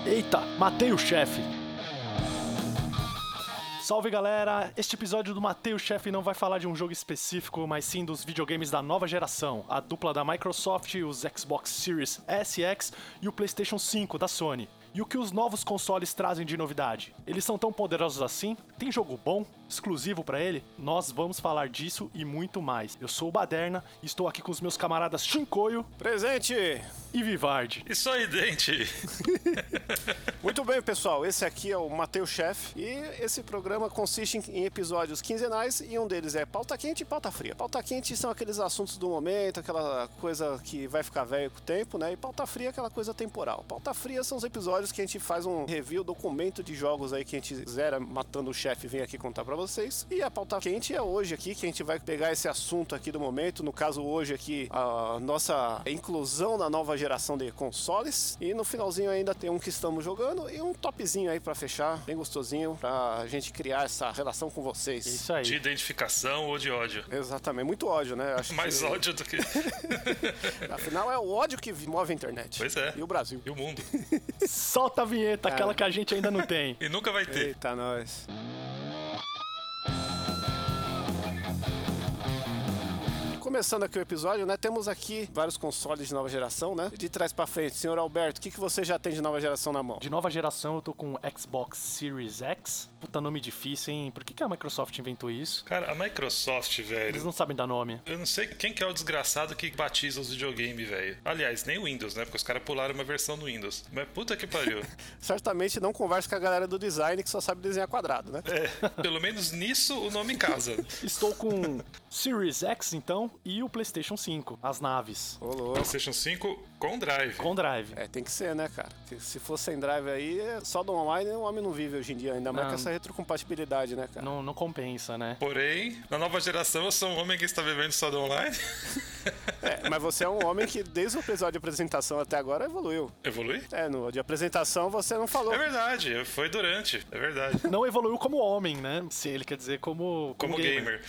Eita, matei o chefe! Salve galera! Este episódio do Matei o Chefe não vai falar de um jogo específico, mas sim dos videogames da nova geração, a dupla da Microsoft, os Xbox Series S e X e o PlayStation 5 da Sony. E o que os novos consoles trazem de novidade? Eles são tão poderosos assim? Tem jogo bom? Exclusivo pra ele? Nós vamos falar disso e muito mais. Eu sou o Baderna e estou aqui com os meus camaradas Shinkoio. Presente! E Vivardi. Isso aí, dente! Muito bem, pessoal. Esse aqui é o Matei o Chefe. E esse programa consiste em episódios quinzenais e um deles é pauta quente e pauta fria. Pauta quente são aqueles assuntos do momento, aquela coisa que vai ficar velho com o tempo, né? E pauta fria é aquela coisa temporal. Pauta fria são os episódios que a gente faz um review, documento de jogos aí que a gente zera matando o chefe e vem aqui contar pra vocês. E a pauta quente é hoje aqui, que a gente vai pegar esse assunto aqui do momento. No caso, hoje aqui, a nossa inclusão na nova geração de consoles. E no finalzinho ainda tem um que estamos jogando e um topzinho aí pra fechar, bem gostosinho, pra gente criar essa relação com vocês. Isso aí. De identificação ou de ódio? Exatamente, muito ódio, né? Acho Mais que... ódio do que... Afinal, é o ódio que move a internet. Pois é. E o Brasil. E o mundo. Solta a vinheta, aquela que a gente ainda não tem. E nunca vai ter. Eita, nós. Começando aqui o episódio, né? Temos aqui vários consoles de nova geração, né? De trás pra frente, senhor Alberto, o que você já tem de nova geração na mão? De nova geração eu tô com o Xbox Series X. Puta nome difícil, hein? Por que a Microsoft inventou isso? Cara, a Microsoft, Eles velho... não sabem dar nome. Eu não sei quem que é o desgraçado que batiza os videogames, velho. Aliás, nem o Windows, né? Porque os caras pularam uma versão do Windows. Mas puta que pariu. Certamente não conversa com a galera do design que só sabe desenhar quadrado, né? É, pelo menos nisso o nome casa. Estou com Series X, então, e o PlayStation 5, as naves. Ô, louco. PlayStation 5 com drive. Com drive. É, tem que ser, né, cara? Se fosse sem drive aí, só do online o homem não vive hoje em dia, ainda mais Não. com essa retrocompatibilidade, né, cara? Não compensa, né? Porém, na nova geração eu sou um homem que está vivendo só do online. É, mas você é um homem que desde o episódio de apresentação até agora evoluiu. Evolui? É, no de apresentação você não falou. É verdade, foi durante. É verdade. Não evoluiu como homem, né? Se ele quer dizer como Como gamer.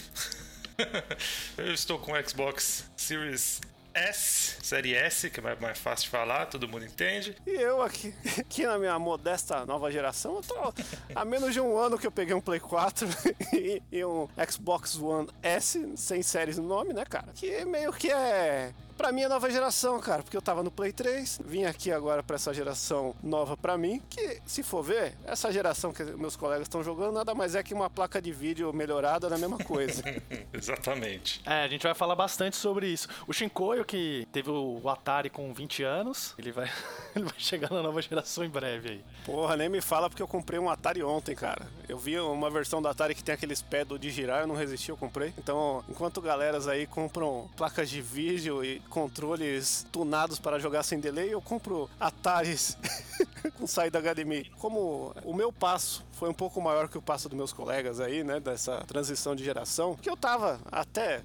Eu estou com o Xbox Series S, série S, que é mais fácil de falar, todo mundo entende. E eu aqui na minha modesta nova geração, eu tô há menos de um ano que eu peguei um Play 4 e um Xbox One S, sem séries no nome, né, cara? Que meio que é... Pra mim é nova geração, cara, porque eu tava no Play 3, vim aqui agora pra essa geração nova pra mim, que se for ver, essa geração que meus colegas estão jogando nada mais é que uma placa de vídeo melhorada na mesma coisa. Exatamente. É, a gente vai falar bastante sobre isso. O Shinkoio, que teve o Atari com 20 anos, ele vai chegar na nova geração em breve aí. Porra, nem me fala porque eu comprei um Atari ontem, cara. Eu vi uma versão do Atari que tem aqueles pedals de girar, eu não resisti, eu comprei. Então, enquanto galeras aí compram placas de vídeo e controles tunados para jogar sem delay, eu compro Ataris com saída HDMI. Como o meu passo foi um pouco maior que o passo dos meus colegas aí, né, dessa transição de geração, que eu tava até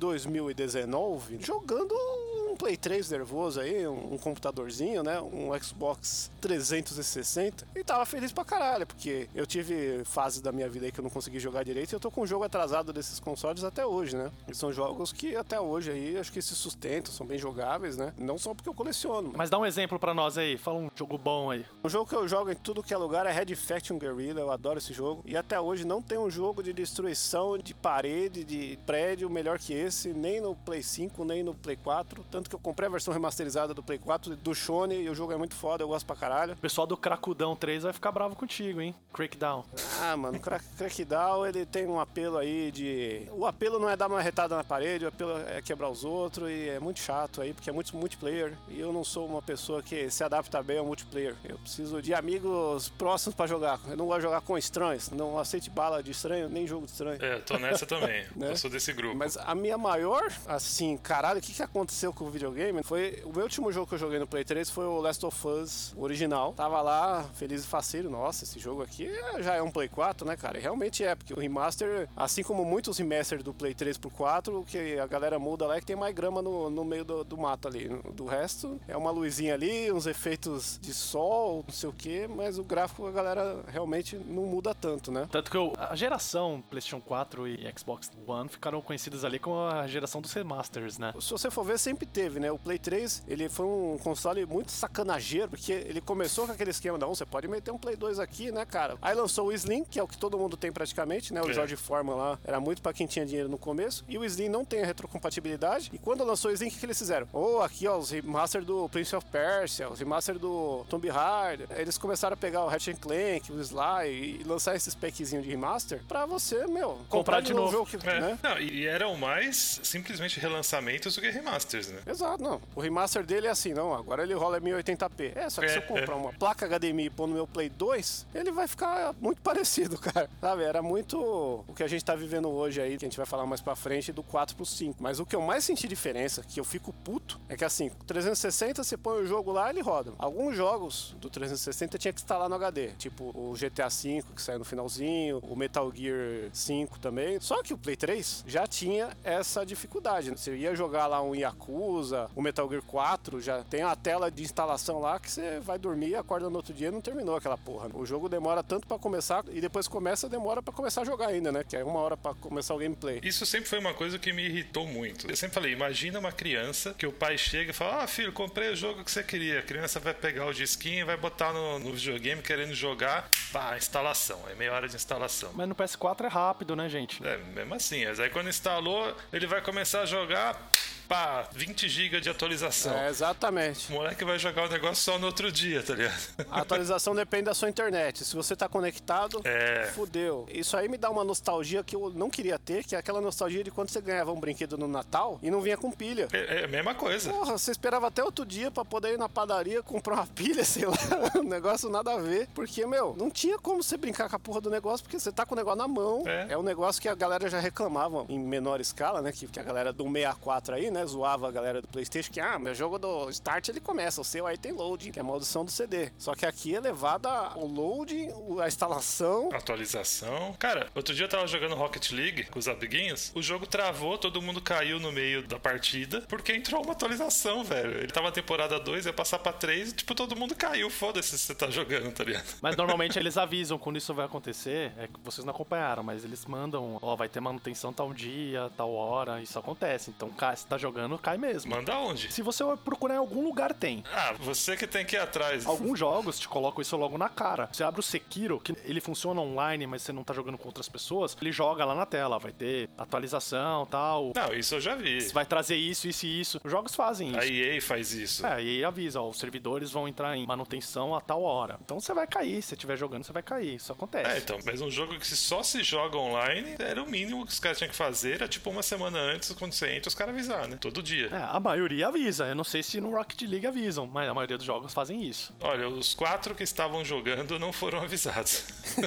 2019 jogando um Play 3 nervoso aí, um computadorzinho, né, um Xbox 360, e tava feliz pra caralho, porque eu tive fases da minha vida aí que eu não consegui jogar direito e eu tô com um jogo atrasado desses consoles até hoje, né, e são jogos que até hoje aí acho que se sustentam, são bem jogáveis, né, não só porque eu coleciono. Mas dá um exemplo pra nós aí, fala um jogo bom aí. Um jogo que eu jogo em tudo que é lugar é Red Faction Guerrilla, eu adoro esse jogo, e até hoje não tem um jogo de destruição de parede, de prédio melhor que esse, nem no Play 5, nem no Play 4, tanto que eu comprei a versão remasterizada do Play 4 do Shone e o jogo é muito foda, eu gosto pra caralho. O pessoal do Cracudão 3 vai ficar bravo contigo, hein? Crackdown. Ah, mano, o Crackdown, ele tem um apelo aí de... O apelo não é dar uma retada na parede, o apelo é quebrar os outros e é muito chato aí, porque é muito multiplayer e eu não sou uma pessoa que se adapta bem ao multiplayer. Eu preciso de amigos próximos pra jogar. Eu não gosto de jogar com estranhos, não aceite bala de estranho, nem jogo de estranho. É, tô nessa também. Né? Eu sou desse grupo. Mas a minha maior, assim, caralho, o que aconteceu com o videogame foi... O meu último jogo que eu joguei no Play 3 foi o Last of Us original. Tava lá, feliz e faceiro. Nossa, esse jogo aqui já é um Play 4, né, cara? E realmente é, porque o remaster, assim como muitos remasters do Play 3 pro 4, o que a galera muda lá é que tem mais grama no meio do mato ali. Do resto, é uma luzinha ali, uns efeitos de sol, não sei o que, mas o gráfico a galera realmente não muda tanto, né? Tanto que a geração PlayStation 4 e Xbox One ficaram conhecidas ali como a geração dos remasters, né? Se você for ver, sempre teve teve, né? O Play 3, ele foi um console muito sacanageiro, porque ele começou com aquele esquema, não, você pode meter um Play 2 aqui, né, cara? Aí lançou o Slim, que é o que todo mundo tem praticamente, né? O George Foreman lá era muito pra quem tinha dinheiro no começo, e o Slim não tem a retrocompatibilidade, e quando lançou o Slim, o que eles fizeram? Aqui, ó, os remaster do Prince of Persia, os remaster do Tomb Raider, eles começaram a pegar o Ratchet Clank, o Sly, e lançar esses packzinhos de remaster pra você, comprar de novo. Jogo que, né? Não, e eram mais simplesmente relançamentos do que remasters, né? Exato, não. O remaster dele é assim, não, agora ele rola 1080p. Só que se eu comprar uma placa HDMI e pôr no meu Play 2, ele vai ficar muito parecido, cara. Sabe, era muito o que a gente tá vivendo hoje aí, que a gente vai falar mais pra frente, do 4 pro 5. Mas o que eu mais senti diferença, que eu fico puto, é que assim, 360 você põe o jogo lá, ele roda. Alguns jogos do 360 tinha que instalar no HD, tipo o GTA V, que saiu no finalzinho, o Metal Gear 5 também. Só que o Play 3 já tinha essa dificuldade. Você ia jogar lá um Yakuza, o Metal Gear 4, já tem a tela de instalação lá que você vai dormir e acorda no outro dia e não terminou aquela porra. O jogo demora tanto pra começar e depois demora pra começar a jogar ainda, né? Que é 1 hora pra começar o gameplay. Isso sempre foi uma coisa que me irritou muito. Eu sempre falei, imagina uma criança que o pai chega e fala, filho, comprei o jogo que você queria. A criança vai pegar o disquinho e vai botar no videogame querendo jogar. Pá, instalação. É meia hora de instalação. Mas no PS4 é rápido, né, gente? Mesmo assim. Mas aí quando instalou, ele vai começar a jogar... Pá, 20 GB de atualização. Exatamente. O moleque vai jogar o negócio só no outro dia, tá ligado? A atualização depende da sua internet. Se você tá conectado, fudeu. Isso aí me dá uma nostalgia que eu não queria ter, que é aquela nostalgia de quando você ganhava um brinquedo no Natal e não vinha com pilha. É a mesma coisa. Porra, você esperava até outro dia pra poder ir na padaria comprar uma pilha, sei lá. Um negócio nada a ver. Porque, não tinha como você brincar com a porra do negócio, porque você tá com o negócio na mão. É um negócio que a galera já reclamava em menor escala, né? Que a galera do 64 aí, né? Zoava a galera do PlayStation que, meu jogo do Start ele começa, o seu aí tem loading, que é a maldição do CD. Só que aqui é levada o loading, a instalação, atualização. Cara, outro dia eu tava jogando Rocket League com os amiguinhos, o jogo travou, todo mundo caiu no meio da partida, porque entrou uma atualização, velho. Ele tava na temporada 2, ia passar pra 3 e, tipo, todo mundo caiu. Foda-se se você tá jogando, tá ligado? Mas normalmente eles avisam quando isso vai acontecer, é que vocês não acompanharam, mas eles mandam, vai ter manutenção tal dia, tal hora, isso acontece. Então, se tá jogando, cai mesmo. Manda onde? Se você procurar em algum lugar, tem. Você que tem que ir atrás. Alguns jogos te colocam isso logo na cara. Você abre o Sekiro, que ele funciona online, mas você não tá jogando com outras pessoas, ele joga lá na tela, vai ter atualização, tal. Não, isso eu já vi. Vai trazer isso, isso e isso. Os jogos fazem isso. A EA faz isso. A EA avisa, os servidores vão entrar em manutenção a tal hora. Então você vai cair, se você estiver jogando, você vai cair. Isso acontece. Então, mas um jogo que só se joga online, era o mínimo que os caras tinham que fazer, era tipo uma semana antes, quando você entra, os caras avisar, né? Todo dia. A maioria avisa. Eu não sei se no Rocket League avisam, mas a maioria dos jogos fazem isso. Olha, os 4 que estavam jogando não foram avisados.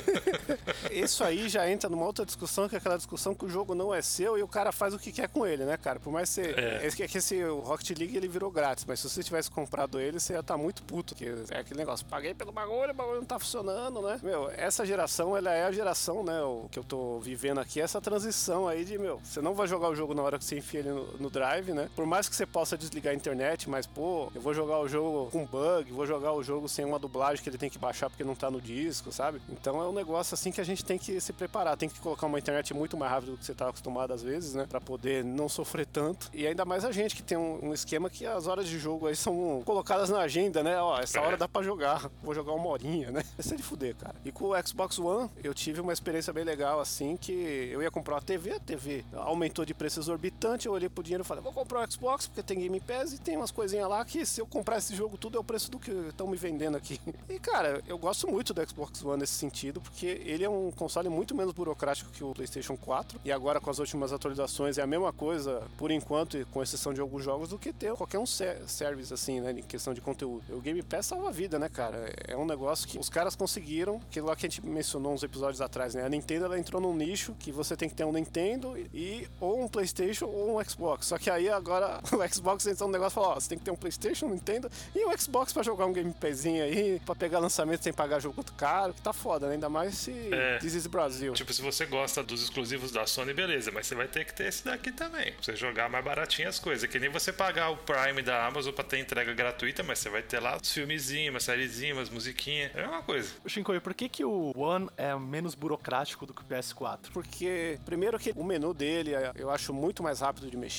Isso aí já entra numa outra discussão, que é aquela discussão que o jogo não é seu e o cara faz o que quer com ele, né, cara? Por mais que você... o Rocket League ele virou grátis, mas se você tivesse comprado ele, você ia estar muito puto, porque é aquele negócio, paguei pelo bagulho, o bagulho não tá funcionando, né? Essa geração, ela é a geração, né, o que eu tô vivendo aqui, essa transição aí de, você não vai jogar o jogo na hora que você enfia ele no drive, né? Por mais que você possa desligar a internet, mas, eu vou jogar o jogo com bug, vou jogar o jogo sem uma dublagem que ele tem que baixar porque não tá no disco, sabe? Então é um negócio assim que a gente tem que se preparar, tem que colocar uma internet muito mais rápida do que você tá acostumado às vezes, né? Pra poder não sofrer tanto. E ainda mais a gente que tem um esquema que as horas de jogo aí são colocadas na agenda, né? Essa hora dá pra jogar, vou jogar 1 horinha, né? Isso é de fuder, cara. E com o Xbox One, eu tive uma experiência bem legal, assim, que eu ia comprar uma TV, a TV aumentou de preço exorbitante, eu olhei pro dinheiro e falei, vou comprar um Xbox, porque tem Game Pass e tem umas coisinhas lá que se eu comprar esse jogo tudo é o preço do que estão me vendendo aqui. E, cara, eu gosto muito do Xbox One nesse sentido, porque ele é um console muito menos burocrático que o PlayStation 4, e agora com as últimas atualizações é a mesma coisa, por enquanto, com exceção de alguns jogos, do que ter qualquer um service, assim, né, em questão de conteúdo. O Game Pass salva a vida, né, cara? É um negócio que os caras conseguiram, aquilo lá que a gente mencionou uns episódios atrás, né? A Nintendo, ela entrou num nicho que você tem que ter um Nintendo ou um PlayStation ou um Xbox. Só que aí agora o Xbox entrou num negócio e falou, você tem que ter um PlayStation, um Nintendo e um Xbox pra jogar um Game Passinho aí, pra pegar lançamento sem pagar jogo muito caro, que tá foda, né? Ainda mais se This is Brasil. Tipo, se você gosta dos exclusivos da Sony, beleza, mas você vai ter que ter esse daqui também, pra você jogar mais baratinho as coisas, que nem você pagar o Prime da Amazon pra ter entrega gratuita, mas você vai ter lá os filmezinhos, uma sériezinha, umas musiquinhas, é uma coisa. Shinkoi, por que o One é menos burocrático do que o PS4? Porque, primeiro que o menu dele eu acho muito mais rápido de mexer,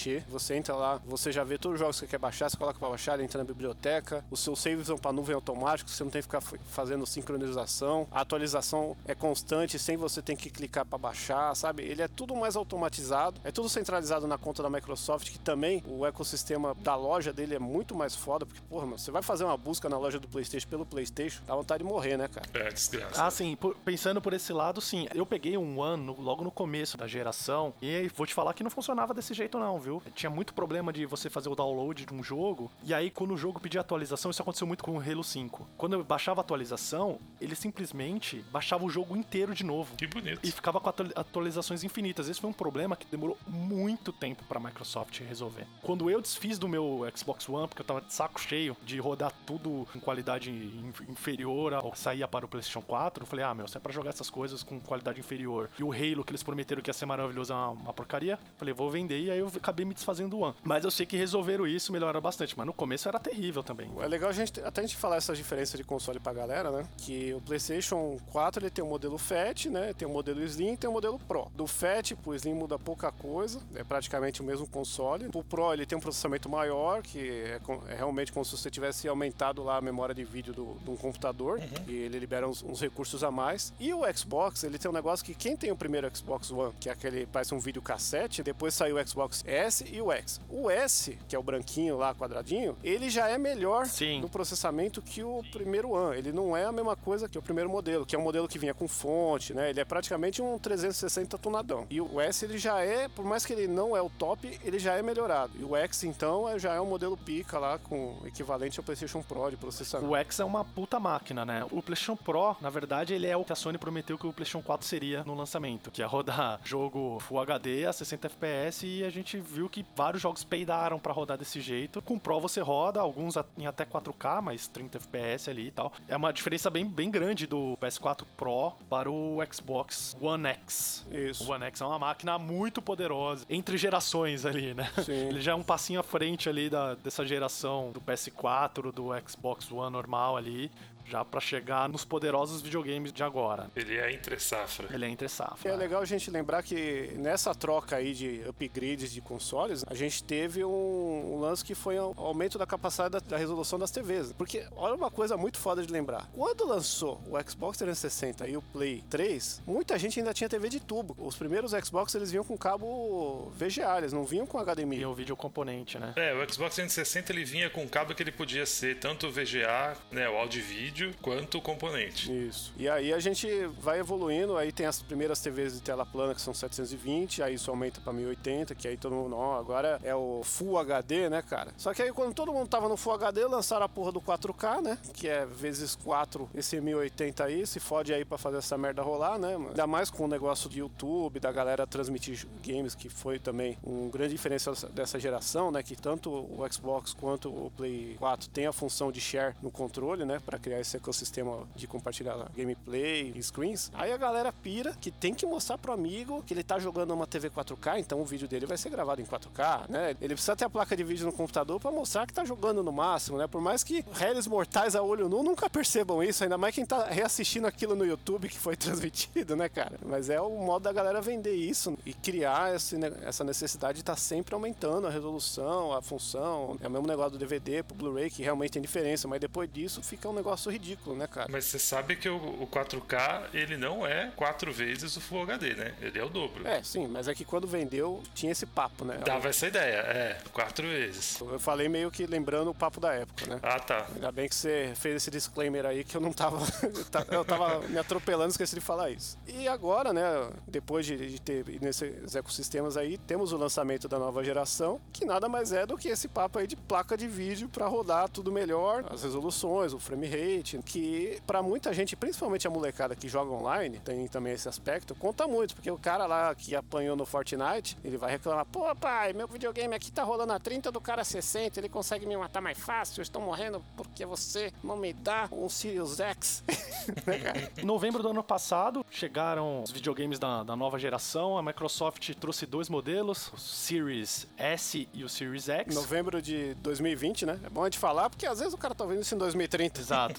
Você entra lá, você já vê todos os jogos que você quer baixar, você coloca pra baixar, ele entra na biblioteca, os seus saves vão pra nuvem automático, você não tem que ficar fazendo sincronização, a atualização é constante, sem você ter que clicar pra baixar, sabe? Ele é tudo mais automatizado, é tudo centralizado na conta da Microsoft, que também o ecossistema da loja dele é muito mais foda, porque, porra, mano, você vai fazer uma busca na loja do PlayStation pelo PlayStation, dá vontade de morrer, né, cara? É, desgraça. Sim, pensando por esse lado, sim. Eu peguei um One logo no começo da geração e vou te falar que não funcionava desse jeito não, viu? Tinha muito problema de você fazer o download de um jogo e aí quando o jogo pedia atualização, isso aconteceu muito com o Halo 5. Quando eu baixava a atualização, ele simplesmente baixava o jogo inteiro de novo. Que bonito. E ficava com atualizações infinitas. Esse foi um problema que demorou muito tempo pra Microsoft resolver. Quando eu desfiz do meu Xbox One, porque eu tava de saco cheio de rodar tudo com qualidade inferior ao que saía para o PlayStation 4, eu falei, se é pra jogar essas coisas com qualidade inferior e o Halo que eles prometeram que ia ser maravilhoso é uma porcaria, falei, vou vender, e aí eu acabei me desfazendo do One. Mas eu sei que resolveram isso, melhoraram bastante, mas no começo era terrível também. É legal até a gente falar essas diferenças de console pra galera, né? Que o PlayStation 4 ele tem o modelo Fat, né? Tem o modelo Slim e tem o modelo Pro. Do Fat pro Slim muda pouca coisa, é praticamente o mesmo console. O Pro ele tem um processamento maior, que é realmente como se você tivesse aumentado lá a memória de vídeo de um computador, e ele libera uns recursos a mais. E o Xbox, ele tem um negócio que quem tem o primeiro Xbox One, que é aquele, parece um videocassete, depois saiu o Xbox S e o X. O S, que é o branquinho lá, quadradinho, ele já é melhor no processamento que o primeiro One. Ele não é a mesma coisa que o primeiro modelo, que é um modelo que vinha com fonte, né? Ele é praticamente um 360 tunadão. E o S, ele já é, por mais que ele não é o top, ele já é melhorado. E o X, então, já é um modelo pica lá, com equivalente ao PlayStation Pro de processamento. O X é uma puta máquina, né? O PlayStation Pro, na verdade, ele é o que a Sony prometeu que o PlayStation 4 seria no lançamento, que é rodar jogo Full HD a 60 FPS, e a gente viu que vários jogos peidaram pra rodar desse jeito. Com o Pro você roda, alguns em até 4K, mas 30 FPS ali e tal. É uma diferença bem grande do PS4 Pro para o Xbox One X. Isso. O One X é uma máquina muito poderosa, entre gerações ali, né? Sim. Ele já é um passinho à frente ali dessa geração do PS4, do Xbox One normal ali, já pra chegar nos poderosos videogames de agora. Ele é entre safra. Ele é entre safra. É legal a gente lembrar que nessa troca aí de upgrades de consoles, a gente teve um lance que foi o aumento da capacidade da resolução das TVs. Porque, olha uma coisa muito foda de lembrar. Quando lançou o Xbox 360 e o Play 3, muita gente ainda tinha TV de tubo. Os primeiros Xbox, eles vinham com cabo VGA, eles não vinham com HDMI. E o vídeo componente, né? O Xbox 360 ele vinha com um cabo que ele podia ser tanto VGA, né, o áudio e vídeo, quanto o componente. Isso. E aí a gente vai evoluindo, aí tem as primeiras TVs de tela plana que são 720, aí isso aumenta pra 1080, que aí todo mundo, agora é o Full HD, né, cara? Só que aí quando todo mundo tava no Full HD, lançaram a porra do 4K, né? Que é vezes 4 esse 1080 aí, se fode aí pra fazer essa merda rolar, né? Ainda mais com o negócio de YouTube, da galera transmitir games, que foi também um grande diferencial dessa geração, né? Que tanto o Xbox quanto o Play 4 tem a função de share no controle, né? Pra criar esse ecossistema de compartilhar gameplay e screens. Aí a galera pira que tem que mostrar pro amigo que ele tá jogando uma TV 4K, então o vídeo dele vai ser gravado em 4K, né? Ele precisa ter a placa de vídeo no computador pra mostrar que tá jogando no máximo, né? Por mais que réis mortais a olho nu nunca percebam isso, ainda mais quem tá reassistindo aquilo no YouTube que foi transmitido, né, cara? Mas é o modo da galera vender isso e criar essa necessidade de estar sempre aumentando a resolução, a função. É o mesmo negócio do DVD pro Blu-ray, que realmente tem diferença, mas depois disso fica um negócio ridículo, né, cara? Mas você sabe que o 4K, ele não é 4 vezes o Full HD, né? Ele é o dobro. Sim, mas é que quando vendeu, tinha esse papo, né? Dava essa ideia, 4 vezes. Eu falei meio que lembrando o papo da época, né? Ah, tá. Ainda bem que você fez esse disclaimer aí, que eu não tava... eu tava me atropelando, esqueci de falar isso. E agora, né, depois de ter nesses ecossistemas aí, temos o lançamento da nova geração, que nada mais é do que esse papo aí de placa de vídeo pra rodar tudo melhor, as resoluções, o frame rate, que pra muita gente, principalmente a molecada que joga online, tem também esse aspecto, conta muito, porque o cara lá que apanhou no Fortnite, ele vai reclamar, pô pai, meu videogame aqui tá rolando a 30 do cara 60, ele consegue me matar mais fácil, eu estou morrendo porque você não me dá um Sirius X. Né, cara? Em novembro do ano passado, chegaram os videogames da nova geração, a Microsoft trouxe 2 modelos, o Series S e o Series X. Novembro de 2020, né? É bom a gente falar, porque às vezes o cara tá vendo isso em 2030. Exato.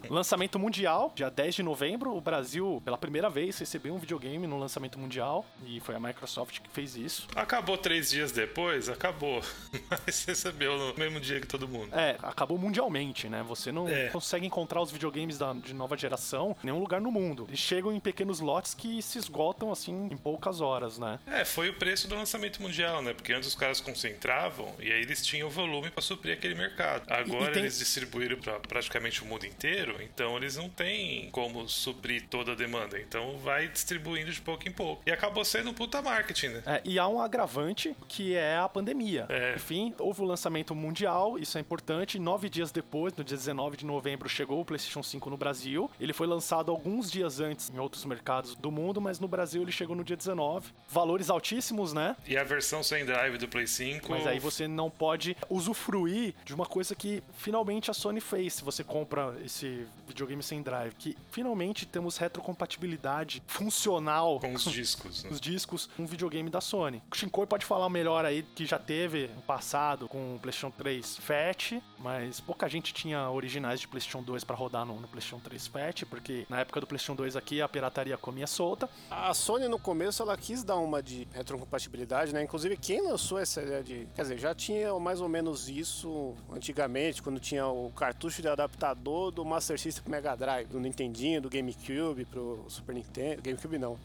Lançamento mundial, dia 10 de novembro, o Brasil, pela primeira vez, recebeu um videogame no lançamento mundial, e foi a Microsoft que fez isso. Acabou 3 dias depois? Acabou. Mas recebeu no mesmo dia que todo mundo. Acabou mundialmente, né? Você não consegue encontrar os videogames de nova geração em nenhum lugar no mundo. Eles chegam em pequenos lotes que se esgotam, assim, em poucas horas, né? Foi o preço do lançamento mundial, né? Porque antes os caras concentravam e aí eles tinham volume pra suprir aquele mercado. Agora eles distribuíram pra praticamente o mundo inteiro, então eles não têm como suprir toda a demanda. Então vai distribuindo de pouco em pouco. E acabou sendo um puta marketing, né? E há um agravante que é a pandemia. Enfim, houve o lançamento mundial, isso é importante. 9 dias depois, no dia 19 de novembro, chegou o PlayStation 5 no Brasil. Ele foi lançado alguns dias antes em outros mercados do mundo, mas no Brasil ele chegou no dia 19. Valores altíssimos, né? E a versão sem drive do Play 5... Mas aí você não pode usufruir de uma coisa que finalmente a Sony fez se você compra esse videogame sem drive, que finalmente temos retrocompatibilidade funcional com os discos, né? Os discos, um videogame da Sony. O Shinkoi pode falar melhor aí, que já teve no passado com o PlayStation 3 Fat, mas pouca gente tinha originais de PlayStation 2 pra rodar no PlayStation 3 Fat, porque na época do PlayStation 2 aqui a pirataria comia solta. A Sony no começo ela quis dar uma de retrocompatibilidade, né? Inclusive quem lançou essa ideia de... Quer dizer, já tinha mais ou menos isso antigamente, quando tinha o cartucho de adaptador do Master System pro Mega Drive, do Nintendinho, do GameCube pro Super Nintendo... GameCube não.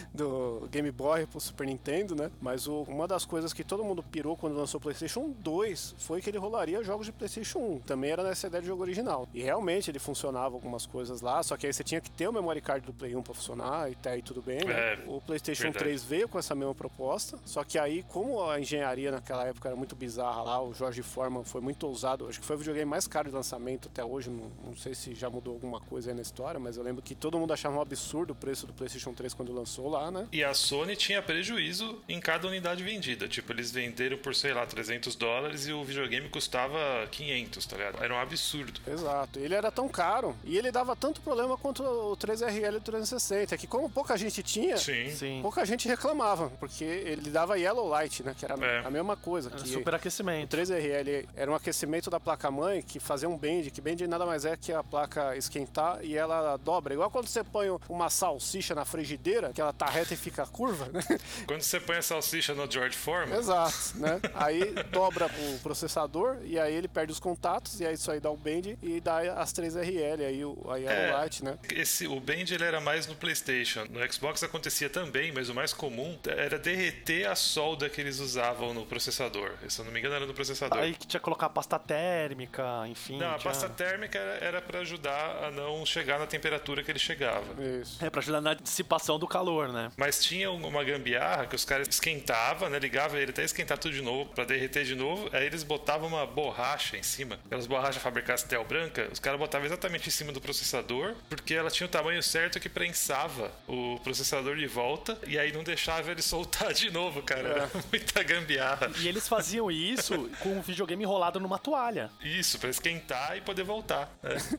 Do Game Boy pro Super Nintendo, né? Mas uma das coisas que todo mundo pirou quando lançou o PlayStation 2 foi que ele rolaria jogos de PlayStation 1. Também era nessa ideia de jogo original. E realmente ele funcionava algumas coisas lá, só que aí você tinha que ter o memory card do Play 1 pra funcionar, e até aí tudo bem, né? O PlayStation 3 veio com essa mesma proposta, só que aí, como a engenharia naquela época era muito bizarra lá, o Jorge Foreman foi muito ousado, acho que foi o videogame mais caro de lançamento até hoje, não sei se já mudou alguma coisa aí na história, mas eu lembro que todo mundo achava um absurdo o preço do PlayStation 3 quando lançou lá, né? E a Sony tinha prejuízo em cada unidade vendida, tipo, eles venderam por, sei lá, $300 e o videogame custava 500, tá ligado? Era um absurdo. Exato, ele era tão caro e ele dava tanto problema quanto o 3RL do 360, que como pouca gente tinha, Sim. pouca gente reclamava, porque ele dava yellow light, né, que era a mesma coisa. Era que superaquecimento. O 3RL era um aquecimento da placa-mãe que fazia um bend, que bend nada mais é que a placa esquentar e ela dobra, igual quando você põe uma salsicha na frigideira, que ela tá reta e fica curva, né? Quando você põe a salsicha no George Foreman. Exato, né? Aí dobra o processador e aí ele perde os contatos e aí isso aí dá o bend e dá as 3RL, aí a Yellow Light, né? O bend ele era mais no PlayStation. No Xbox acontecia também, mas o mais comum era derreter a solda que eles usavam no processador. Se eu não me engano, era no processador. Aí que tinha que colocar pasta térmica, enfim. Não, a pasta térmica era pra ajudar a não chegar na temperatura que ele chegava. Isso. Pra ajudar na dissipação do calor, né? Mas tinha uma gambiarra que os caras esquentavam, né? Ligava ele até esquentar tudo de novo, pra derreter de novo. Aí eles botavam uma borracha em cima. Aquelas borrachas fabricadas Tel branca, os caras botavam exatamente em cima do processador, porque ela tinha o tamanho certo que prensava o processador de volta e aí não deixava ele soltar de novo, cara. Era muita gambiarra. E eles faziam isso com o videogame enrolado numa toalha. Isso, pra esquentar e poder voltar.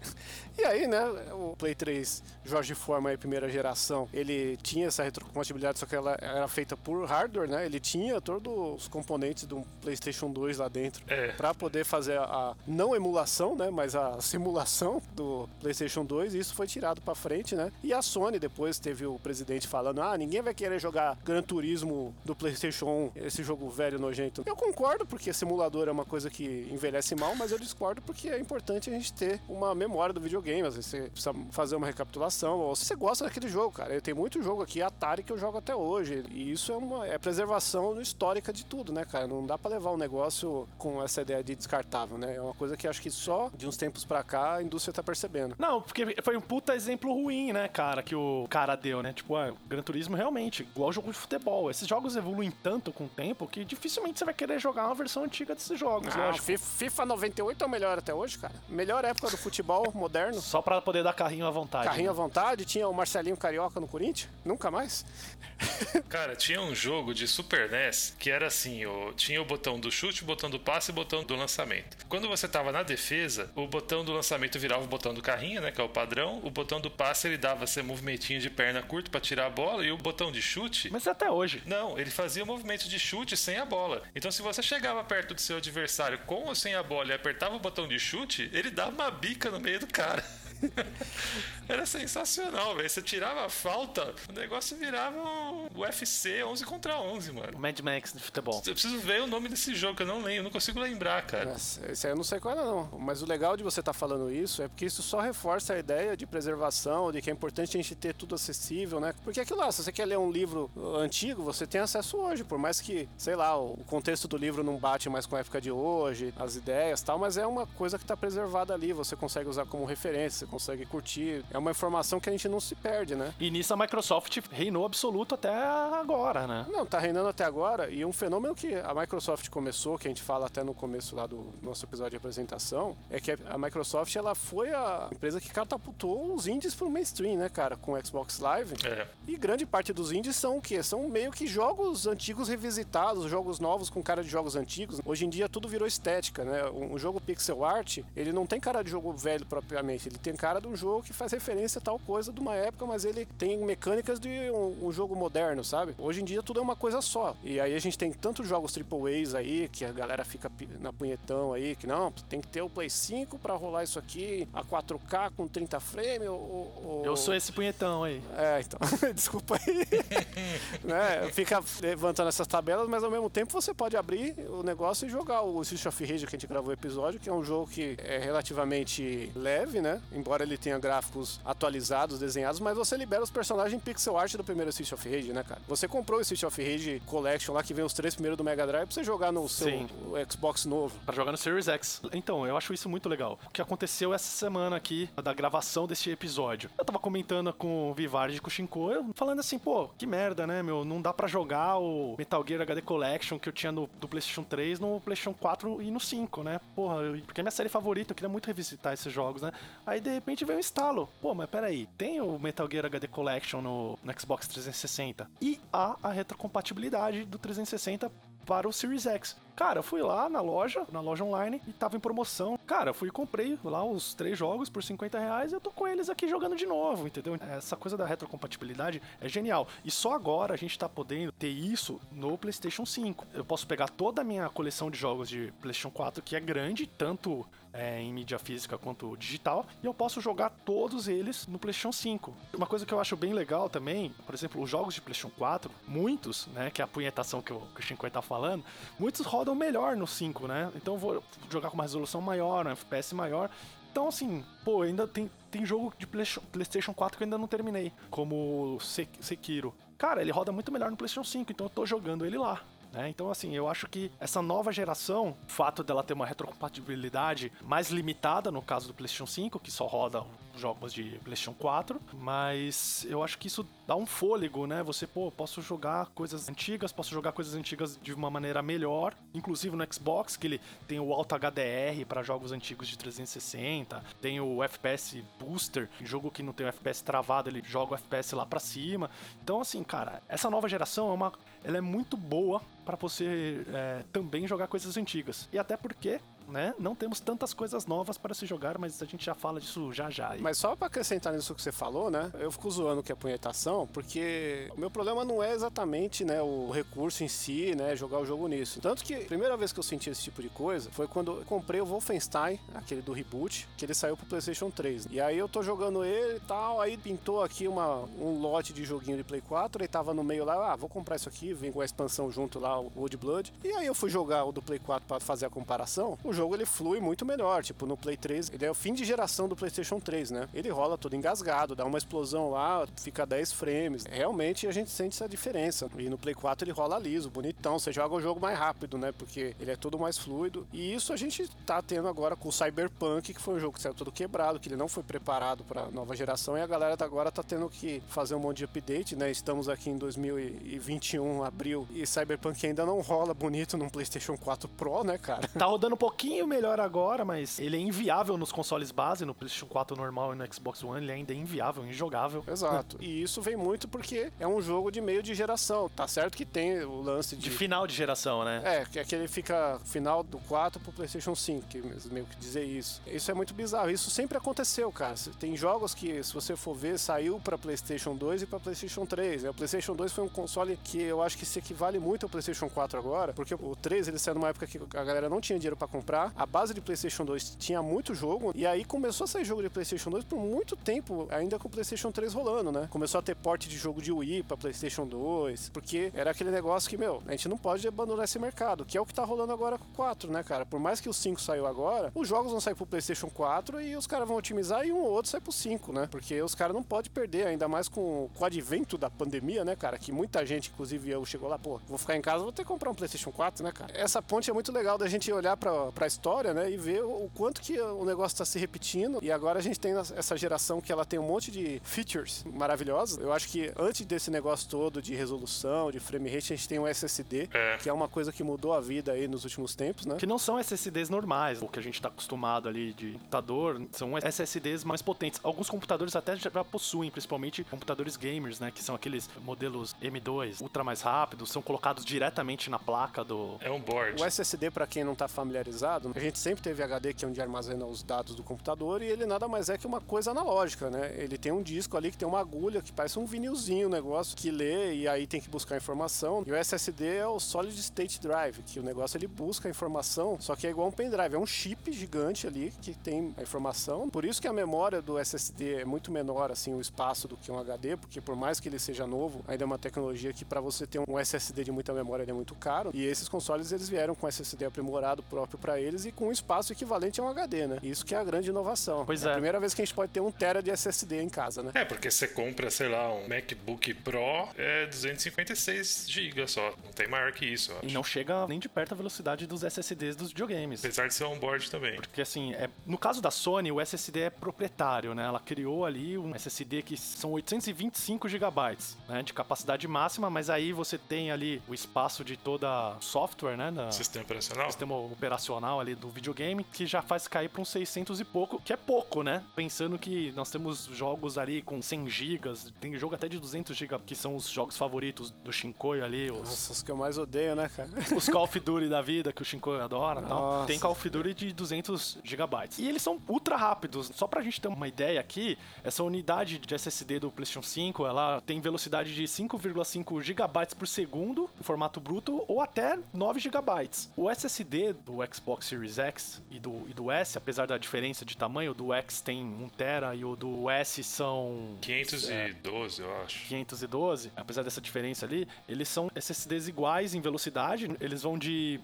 E aí, né, o Play 3 Jorge Foreman, primeira geração, ele tinha essa retrocompatibilidade, só que ela era feita por hardware, né? Ele tinha todos os componentes do PlayStation 2 lá dentro pra poder fazer a não emulação, né, mas a simulação do PlayStation 2, e isso foi tirado pra frente, né? E a Sony depois teve o presidente falando: ninguém vai querer jogar Gran Turismo do PlayStation 1, esse jogo velho nojento. Eu concordo, porque simulador é uma coisa que envelhece mal, mas eu discordo porque é importante a gente ter uma memória do videogame. Às vezes você precisa fazer uma recapitulação, ou se você gosta daquele jogo, cara. Eu tenho muito jogo aqui, Atari, que eu jogo até hoje, e isso é preservação histórica de tudo, né, cara? Não dá pra levar um negócio com essa ideia de descartável, né? É uma coisa que acho que só de uns tempos pra cá a indústria tá percebendo. Não, porque foi um puta exemplo ruim, né, cara, que o cara deu, né? Tipo, o Gran Turismo realmente, igual jogo de futebol. Esses jogos evoluem tanto com o tempo que dificilmente você vai querer jogar uma versão antiga desses jogos, lógico. FIFA 98 é o melhor até hoje, cara. Melhor época do futebol moderno. Só pra poder dar carrinho à vontade. Carrinho à vontade, tinha o Marcelinho Carioca no Corinthians? Nunca mais? Cara, tinha um jogo de Super NES que era assim, tinha o botão do chute, o botão do passe e o botão do lançamento. Quando você tava na defesa, o botão do lançamento virava o botão do carrinho, né, que é o padrão. O botão do passe, ele dava esse movimentinho de perna curta pra tirar a bola, e o botão de chute... Mas até hoje. Não, ele fazia o movimento de chute sem a bola. Então se você chegava perto do seu adversário com ou sem a bola e apertava o botão de chute, ele dava uma bica no meio do cara. Era sensacional, velho. Você tirava a falta, o negócio virava o UFC 11 contra 11, mano. O Mad Max de futebol. Eu preciso ver o nome desse jogo, que eu não lembro, eu não consigo lembrar, cara. Esse aí eu não sei qual é, não. Mas o legal de você estar falando isso é porque isso só reforça a ideia de preservação, de que é importante a gente ter tudo acessível, né? Porque aquilo lá, se você quer ler um livro antigo, você tem acesso hoje, por mais que, sei lá, o contexto do livro não bate mais com a época de hoje, as ideias e tal, mas é uma coisa que está preservada ali, você consegue usar como referência, você consegue curtir. É uma informação que a gente não se perde, né? E nisso a Microsoft reinou absoluto até agora, né? Não, tá reinando até agora, e um fenômeno que a Microsoft começou, que a gente fala até no começo lá do nosso episódio de apresentação, é que a Microsoft, ela foi a empresa que catapultou os indies pro mainstream, né, cara, com o Xbox Live. E grande parte dos indies são o quê? São meio que jogos antigos revisitados, jogos novos com cara de jogos antigos. Hoje em dia tudo virou estética, né? Um jogo pixel art, ele não tem cara de jogo velho propriamente, ele tem cara de um jogo que faz referência a tal coisa de uma época, mas ele tem mecânicas de um jogo moderno, sabe? Hoje em dia tudo é uma coisa só. E aí a gente tem tantos jogos AAAs aí, que a galera fica na punhetão aí, que não, tem que ter o Play 5 pra rolar isso aqui, a 4K com 30 frames, Eu sou esse punhetão aí. Então, desculpa aí. Né? Fica levantando essas tabelas, mas ao mesmo tempo você pode abrir o negócio e jogar o Streets of Rage que a gente gravou o episódio, que é um jogo que é relativamente leve, né? Embora ele tenha gráficos atualizados, desenhados, mas você libera os personagens em pixel art do primeiro Streets of Rage, né, cara? Você comprou o Streets of Rage Collection lá, que vem os 3 primeiros do Mega Drive, pra você jogar no seu Xbox novo. Pra jogar no Series X. Então, eu acho isso muito legal. O que aconteceu essa semana aqui, da gravação desse episódio. Eu tava comentando com o Vivard e com o Shinko, falando assim, pô, que merda, né, meu? Não dá pra jogar o Metal Gear HD Collection que eu tinha do PlayStation 3 no PlayStation 4 e no 5, né? Porra, porque é minha série favorita, eu queria muito revisitar esses jogos, né? Aí, de repente, veio um instalo. Pô, mas peraí, tem o Metal Gear HD Collection no Xbox 360 e há a retrocompatibilidade do 360 para o Series X. Cara, eu fui lá na loja online, e tava em promoção. Cara, eu fui e comprei lá os 3 jogos por R$50 e eu tô com eles aqui jogando de novo, entendeu? Essa coisa da retrocompatibilidade é genial. E só agora a gente tá podendo ter isso no PlayStation 5. Eu posso pegar toda a minha coleção de jogos de PlayStation 4, que é grande, tanto em mídia física quanto digital, e eu posso jogar todos eles no PlayStation 5. Uma coisa que eu acho bem legal também, por exemplo, os jogos de PlayStation 4, muitos, né, que é a punhetação que o Shinko tá falando, muitos rodam melhor no 5, né? Então eu vou jogar com uma resolução maior, um FPS maior. Então, assim, pô, ainda tem jogo de PlayStation 4 que eu ainda não terminei, como Sekiro. Cara, ele roda muito melhor no PlayStation 5, então eu tô jogando ele lá. Então, assim, eu acho que essa nova geração, o fato dela ter uma retrocompatibilidade mais limitada, no caso do PlayStation 5, que só roda jogos de PlayStation 4, mas eu acho que isso dá um fôlego, né? Você, posso jogar coisas antigas de uma maneira melhor, inclusive no Xbox, que ele tem o Alto HDR para jogos antigos de 360, tem o FPS Booster, jogo que não tem o FPS travado, ele joga o FPS lá pra cima. Então, assim, cara, essa nova geração ela é muito boa para você também jogar coisas antigas. E até porque, né, não temos tantas coisas novas para se jogar, mas a gente já fala disso já. Mas só para acrescentar nisso que você falou, né, eu fico zoando que é punhetação, porque o meu problema não é exatamente, né, o recurso em si, né, jogar o jogo nisso. Tanto que a primeira vez que eu senti esse tipo de coisa foi quando eu comprei o Wolfenstein, aquele do reboot, que ele saiu pro PlayStation 3. E aí eu tô jogando ele e tal, aí pintou aqui um lote de joguinho de Play 4, ele tava no meio lá, vou comprar isso aqui, vem com a expansão junto lá, o Old Blood. E aí eu fui jogar o do Play 4 para fazer a comparação. O jogo ele flui muito melhor, tipo no Play 3, ele é o fim de geração do PlayStation 3, né? Ele rola todo engasgado, dá uma explosão lá, fica 10 frames. Realmente a gente sente essa diferença. E no Play 4 ele rola liso, bonitão, você joga o jogo mais rápido, né? Porque ele é todo mais fluido. E isso a gente tá tendo agora com o Cyberpunk, que foi um jogo que saiu todo quebrado, que ele não foi preparado para nova geração, e a galera agora tá tendo que fazer um monte de update, né? Estamos aqui em 2021, abril, e Cyberpunk ainda não rola bonito num PlayStation 4 Pro, né, cara? Tá rodando um pouquinho melhor agora, mas ele é inviável nos consoles base, no PlayStation 4 normal e no Xbox One, ele ainda é inviável, injogável. Exato. E isso vem muito porque é um jogo de meio de geração. Tá certo que tem o lance de final de geração, né? Que é que ele fica final do 4 pro PlayStation 5, que meio que dizer isso. Isso é muito bizarro. Isso sempre aconteceu, cara. Tem jogos que, se você for ver, saiu pra PlayStation 2 e pra PlayStation 3. O PlayStation 2 foi um console que eu acho que se equivale muito ao PlayStation 4 agora, porque o 3 ele saiu numa época que a galera não tinha dinheiro pra comprar comprar. A base de PlayStation 2 tinha muito jogo, e aí começou a sair jogo de PlayStation 2 por muito tempo, ainda com o PlayStation 3 rolando, né? Começou a ter porte de jogo de Wii pra PlayStation 2, porque era aquele negócio que, a gente não pode abandonar esse mercado, que é o que tá rolando agora com o 4, né, cara? Por mais que o 5 saiu agora, os jogos vão sair pro PlayStation 4 e os caras vão otimizar e um ou outro sai pro 5, né? Porque os caras não podem perder, ainda mais com o advento da pandemia, né, cara? Que muita gente, inclusive eu, chegou lá, vou ficar em casa, vou ter que comprar um PlayStation 4, né, cara? Essa ponte é muito legal da gente olhar pra história, né, e ver o quanto que o negócio tá se repetindo, e agora a gente tem essa geração que ela tem um monte de features maravilhosos. Eu acho que antes desse negócio todo de resolução, de frame rate, a gente tem um SSD, que é uma coisa que mudou a vida aí nos últimos tempos, né? Que não são SSDs normais, o que a gente tá acostumado ali de computador, são SSDs mais potentes. Alguns computadores até já possuem, principalmente computadores gamers, né, que são aqueles modelos M2 ultra mais rápidos, são colocados diretamente na placa do... É um board. O SSD, pra quem não tá familiarizado, a gente sempre teve HD, que é onde armazena os dados do computador, e ele nada mais é que uma coisa analógica, né? Ele tem um disco ali que tem uma agulha que parece um vinilzinho, um negócio que lê e aí tem que buscar informação. E o SSD é o Solid State Drive, que o negócio ele busca a informação, só que é igual um pendrive, é um chip gigante ali que tem a informação. Por isso que a memória do SSD é muito menor, assim, o espaço do que um HD, porque por mais que ele seja novo, ainda é uma tecnologia que para você ter um SSD de muita memória ele é muito caro. E esses consoles eles vieram com SSD aprimorado próprio para eles e com um espaço equivalente a um HD, né? Isso que é a grande inovação. Pois é a primeira vez que a gente pode ter 1 TB de SSD em casa, né? Porque você compra, sei lá, um MacBook Pro, é 256 GB só. Não tem maior que isso, eu acho. E não chega nem de perto a velocidade dos SSDs dos videogames. Apesar de ser on-board também. Porque assim, no caso da Sony, o SSD é proprietário, né? Ela criou ali um SSD que são 825 GB, né, de capacidade máxima, mas aí você tem ali o espaço de toda software, né? Sistema operacional? Sistema operacional ali do videogame, que já faz cair para uns 600 e pouco, que é pouco, né? Pensando que nós temos jogos ali com 100 GB, tem jogo até de 200 GB, que são os jogos favoritos do Shinkoio ali. Nossa, os que eu mais odeio, né, cara? Os Call of Duty da vida, que o Shinkoio adora e tal. Tem Call of Duty de 200 GB. E eles são ultra rápidos. Só pra gente ter uma ideia aqui, essa unidade de SSD do PlayStation 5, ela tem velocidade de 5,5 GB por segundo, em formato bruto, ou até 9 GB. O SSD do Xbox Series X e do S, apesar da diferença de tamanho, o do X tem 1 TB e o do S são... 512, eu acho. 512, apesar dessa diferença ali, eles são SSDs iguais em velocidade, eles vão de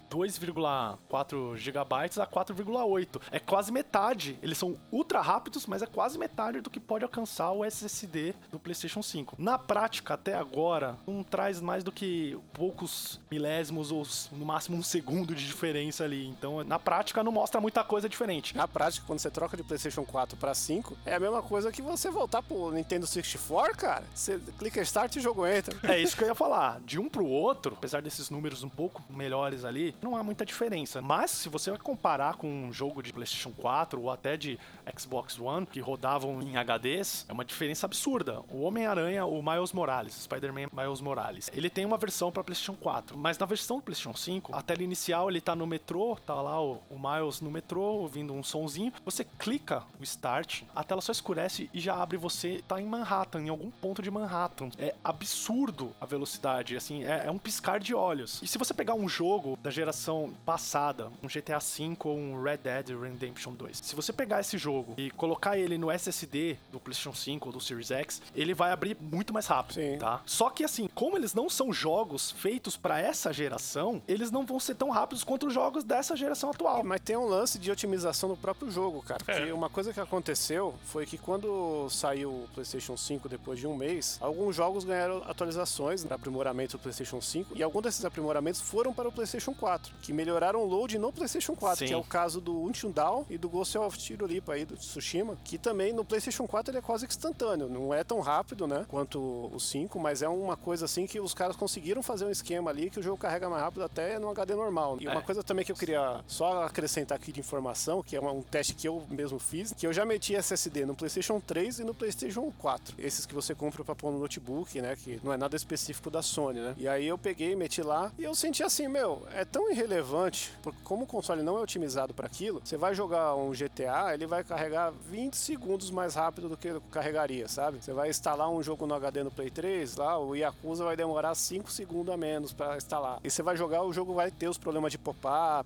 2,4 GB a 4,8. É quase metade. Eles são ultra rápidos, mas é quase metade do que pode alcançar o SSD do PlayStation 5. Na prática, até agora, não traz mais do que poucos milésimos ou no máximo 1 segundo de diferença ali. Então, na prática, não mostra muita coisa diferente. Na prática, quando você troca de PlayStation 4 para 5, é a mesma coisa que você voltar pro Nintendo 64, cara. Você clica Start e o jogo entra. É isso que eu ia falar. De um pro outro, apesar desses números um pouco melhores ali, não há muita diferença. Mas, se você vai comparar com um jogo de PlayStation 4 ou até de Xbox One, que rodavam em HDs, é uma diferença absurda. O Homem-Aranha, o Miles Morales, Spider-Man Miles Morales, ele tem uma versão para PlayStation 4, mas na versão do PlayStation 5, a tela inicial, ele tá no metrô, tá lá o Miles no metrô, ouvindo um sonzinho, você clica o Start, a tela só escurece e já abre, você tá em Manhattan, em algum ponto de Manhattan. É absurdo a velocidade, assim, é um piscar de olhos. E se você pegar um jogo da geração passada, um GTA V ou um Red Dead Redemption 2, se você pegar esse jogo e colocar ele no SSD do PlayStation 5 ou do Series X, ele vai abrir muito mais rápido, sim, tá? Só que assim, como eles não são jogos feitos pra essa geração, eles não vão ser tão rápidos quanto os jogos dessa geração atual. Mas tem um lance de otimização do próprio jogo, cara. Porque uma coisa que aconteceu foi que quando saiu o PlayStation 5 depois de um mês, alguns jogos ganharam atualizações para aprimoramento do PlayStation 5 e alguns desses aprimoramentos foram para o PlayStation 4, que melhoraram o load no PlayStation 4, Sim. que é o caso do Until Dawn e do Ghost of Tsushima aí, do Tsushima, que também no PlayStation 4 ele é quase que instantâneo. Não é tão rápido, né, quanto o 5, mas é uma coisa assim que os caras conseguiram fazer um esquema ali que o jogo carrega mais rápido até no HD normal. E uma coisa também que eu queria só acrescentar aqui de informação, que é um teste que eu mesmo fiz, que eu já meti SSD no PlayStation 3 e no PlayStation 4. Esses que você compra pra pôr no notebook, né, que não é nada específico da Sony, né. E aí eu peguei, meti lá e eu senti assim, é tão irrelevante, porque como o console não é otimizado para aquilo, você vai jogar um GTA, ele vai carregar 20 segundos mais rápido do que carregaria, sabe? Você vai instalar um jogo no HD no Play 3, lá o Yakuza vai demorar 5 segundos a menos para instalar. E você vai jogar, o jogo vai ter os problemas de pop-up, tem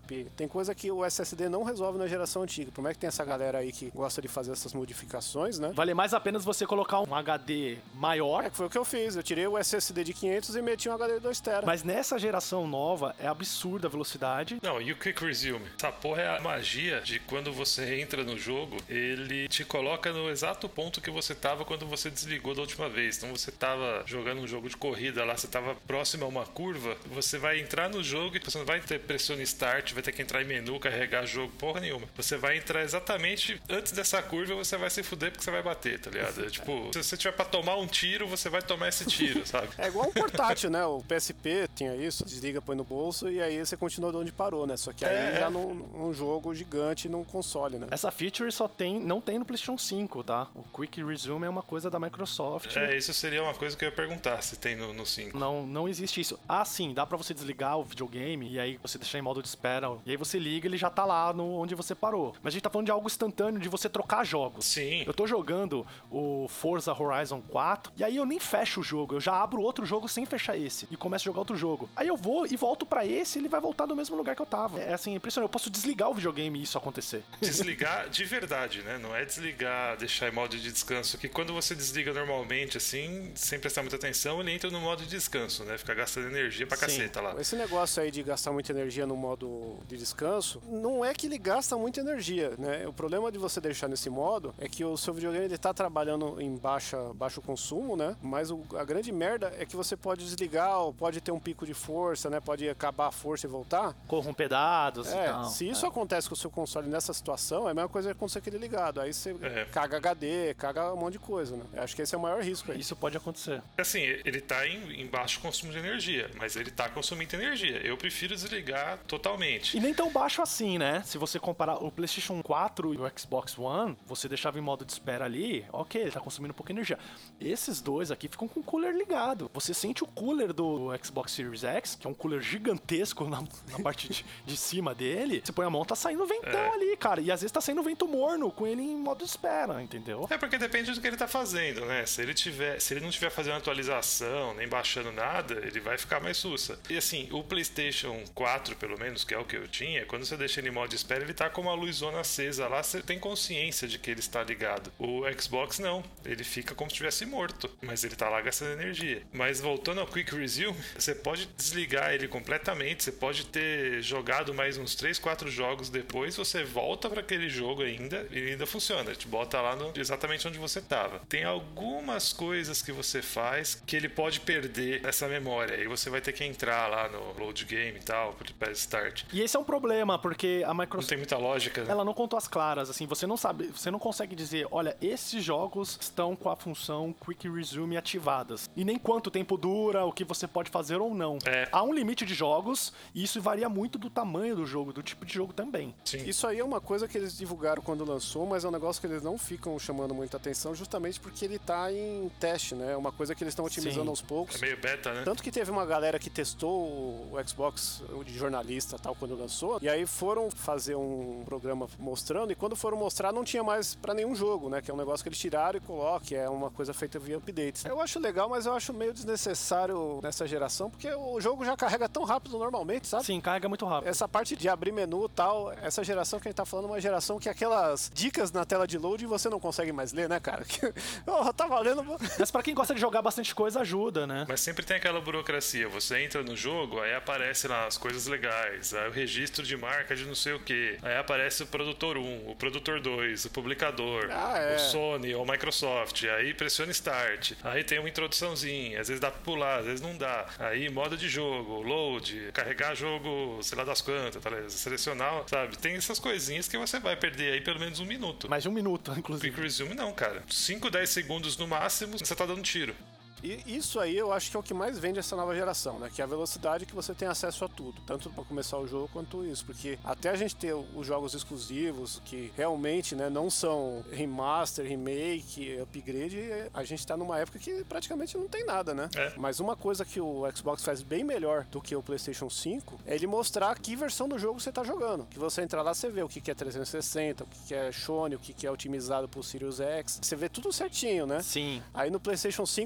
tem coisa que o SSD não resolve na geração antiga. Como é que tem essa galera aí que gosta de fazer essas modificações, né? Vale mais a pena você colocar um HD maior. Que foi o que eu fiz. Eu tirei o SSD de 500 e meti um HD de 2 TB. Mas nessa geração nova é absurda a velocidade. Não, e o Quick Resume? Essa porra é a magia de quando você entra no jogo, ele te coloca no exato ponto que você tava quando você desligou da última vez. Então você tava jogando um jogo de corrida lá, você tava próximo a uma curva, você vai entrar no jogo e você não vai ter pressione start, vai ter que entrar em menu, carregar jogo, porra nenhuma. Você vai entrar exatamente antes dessa curva, você vai se fuder porque você vai bater, tá ligado? Tipo, se você tiver pra tomar um tiro, você vai tomar esse tiro, sabe? É igual um portátil, né? O PSP tinha isso, desliga, põe no bolso e aí você continua de onde parou, né? Só que aí já num jogo gigante, num console, né? Essa feature não tem no PlayStation 5, tá? O Quick Resume é uma coisa da Microsoft. Isso seria uma coisa que eu ia perguntar, se tem no 5. Não existe isso. Ah, sim, dá pra você desligar o videogame e aí você deixar em modo de espera. E aí você liga, ele já tá lá onde você parou. Mas a gente tá falando de algo instantâneo, de você trocar jogos. Sim. Eu tô jogando o Forza Horizon 4 e aí eu nem fecho o jogo. Eu já abro outro jogo sem fechar esse e começo a jogar outro jogo. Aí eu vou e volto pra esse e ele vai voltar do mesmo lugar que eu tava. É assim, impressionante. Eu posso desligar o videogame e isso acontecer. Desligar de verdade, né? Não é desligar, deixar em modo de descanso. Que quando você desliga normalmente, assim, sem prestar muita atenção, ele entra no modo de descanso, né? Fica gastando energia pra caceta lá. Esse negócio aí de gastar muita energia no modo de descanso, não é que ele gasta muita energia, né? O problema de você deixar nesse modo é que o seu videogame ele tá trabalhando em baixo consumo, né? Mas a grande merda é que você pode desligar ou pode ter um pico de força, né? Pode acabar a força e voltar. Corromper dados e tal. Se isso acontece com o seu console nessa situação, é a mesma coisa que acontecer com ele ligado. Aí você caga HD, caga um monte de coisa, né? Eu acho que esse é o maior risco aí. Isso pode acontecer. Assim, ele tá em baixo consumo de energia, mas ele tá consumindo energia. Eu prefiro desligar totalmente. E nem tão baixo assim, né? Se você comparar o PlayStation 4 e o Xbox One, você deixava em modo de espera ali, ok, ele tá consumindo um pouco de energia. Esses dois aqui ficam com o cooler ligado. Você sente o cooler do Xbox Series X, que é um cooler gigantesco na parte de cima dele. Você põe a mão, tá saindo ventão ali, cara. E às vezes tá saindo vento morno com ele em modo de espera, entendeu? É porque depende do que ele tá fazendo, né? Se ele não tiver fazendo atualização, nem baixando nada, ele vai ficar mais sussa. E assim, o PlayStation 4, pelo menos, que é o que eu tinha, quando você deixa ele em modo de espera, ele tá com uma luzona acesa lá, você tem consciência de que ele está ligado. O Xbox não, ele fica como se estivesse morto, mas ele tá lá gastando energia. Mas voltando ao Quick Resume, você pode desligar ele completamente, você pode ter jogado mais uns 3, 4 jogos depois, você volta para aquele jogo ainda, e ele ainda funciona, te bota lá exatamente onde você tava. Tem algumas coisas que você faz que ele pode perder essa memória, e você vai ter que entrar lá no load game e tal, para start. E esse é um problema, porque a Microsoft... Não tem muita lógica, né? Ela não contou as claras, assim, você não sabe, você não consegue dizer, olha, esses jogos estão com a função Quick Resume ativadas. E nem quanto tempo dura, o que você pode fazer ou não. Há um limite de jogos, e isso varia muito do tamanho do jogo, do tipo de jogo também. Sim. Isso aí é uma coisa que eles divulgaram quando lançou, mas é um negócio que eles não ficam chamando muita atenção, justamente porque ele tá em teste, né? É uma coisa que eles estão otimizando aos poucos. É meio beta, né? Tanto que teve uma galera que testou o Xbox de jornalista tal quando lançou, e aí foram fazer um programa mostrando, e quando foram mostrar não tinha mais pra nenhum jogo, né? Que é um negócio que eles tiraram e colocam, que é uma coisa feita via updates. Eu acho legal, mas eu acho meio desnecessário nessa geração, porque o jogo já carrega tão rápido normalmente, sabe? Sim, carrega muito rápido. Essa parte de abrir menu e tal, essa geração que a gente tá falando é uma geração que aquelas dicas na tela de load você não consegue mais ler, né, cara? Tá valendo. Mas pra quem gosta de jogar bastante coisa, ajuda, né? Mas sempre tem aquela burocracia. Você entra no jogo, aí aparece lá as coisas legais, aí o registro de marca de não sei o que. Aí aparece o produtor 1, o produtor 2, o publicador, o Sony ou Microsoft. Aí pressiona Start. Aí tem uma introduçãozinha. Às vezes dá pra pular, às vezes não dá. Aí modo de jogo, load, carregar jogo, sei lá das quantas, tá ligado? Selecionar, sabe? Tem essas coisinhas que você vai perder aí pelo menos 1 minuto. Mais de 1 minuto, inclusive. Quick Resume não, cara. 5, 10 segundos no máximo, você tá dando tiro. E isso aí eu acho que é o que mais vende essa nova geração, né? Que é a velocidade que você tem acesso a tudo, tanto para começar o jogo quanto isso, porque até a gente ter os jogos exclusivos que realmente, né, não são remaster, remake, upgrade, a gente tá numa época que praticamente não tem nada, né? Mas uma coisa que o Xbox faz bem melhor do que o PlayStation 5 é ele mostrar que versão do jogo você tá jogando. Que você entrar lá, você vê o que é 360, o que é Sony, o que é otimizado pro Series X, você vê tudo certinho, né? Sim. Aí no PlayStation 5 você tá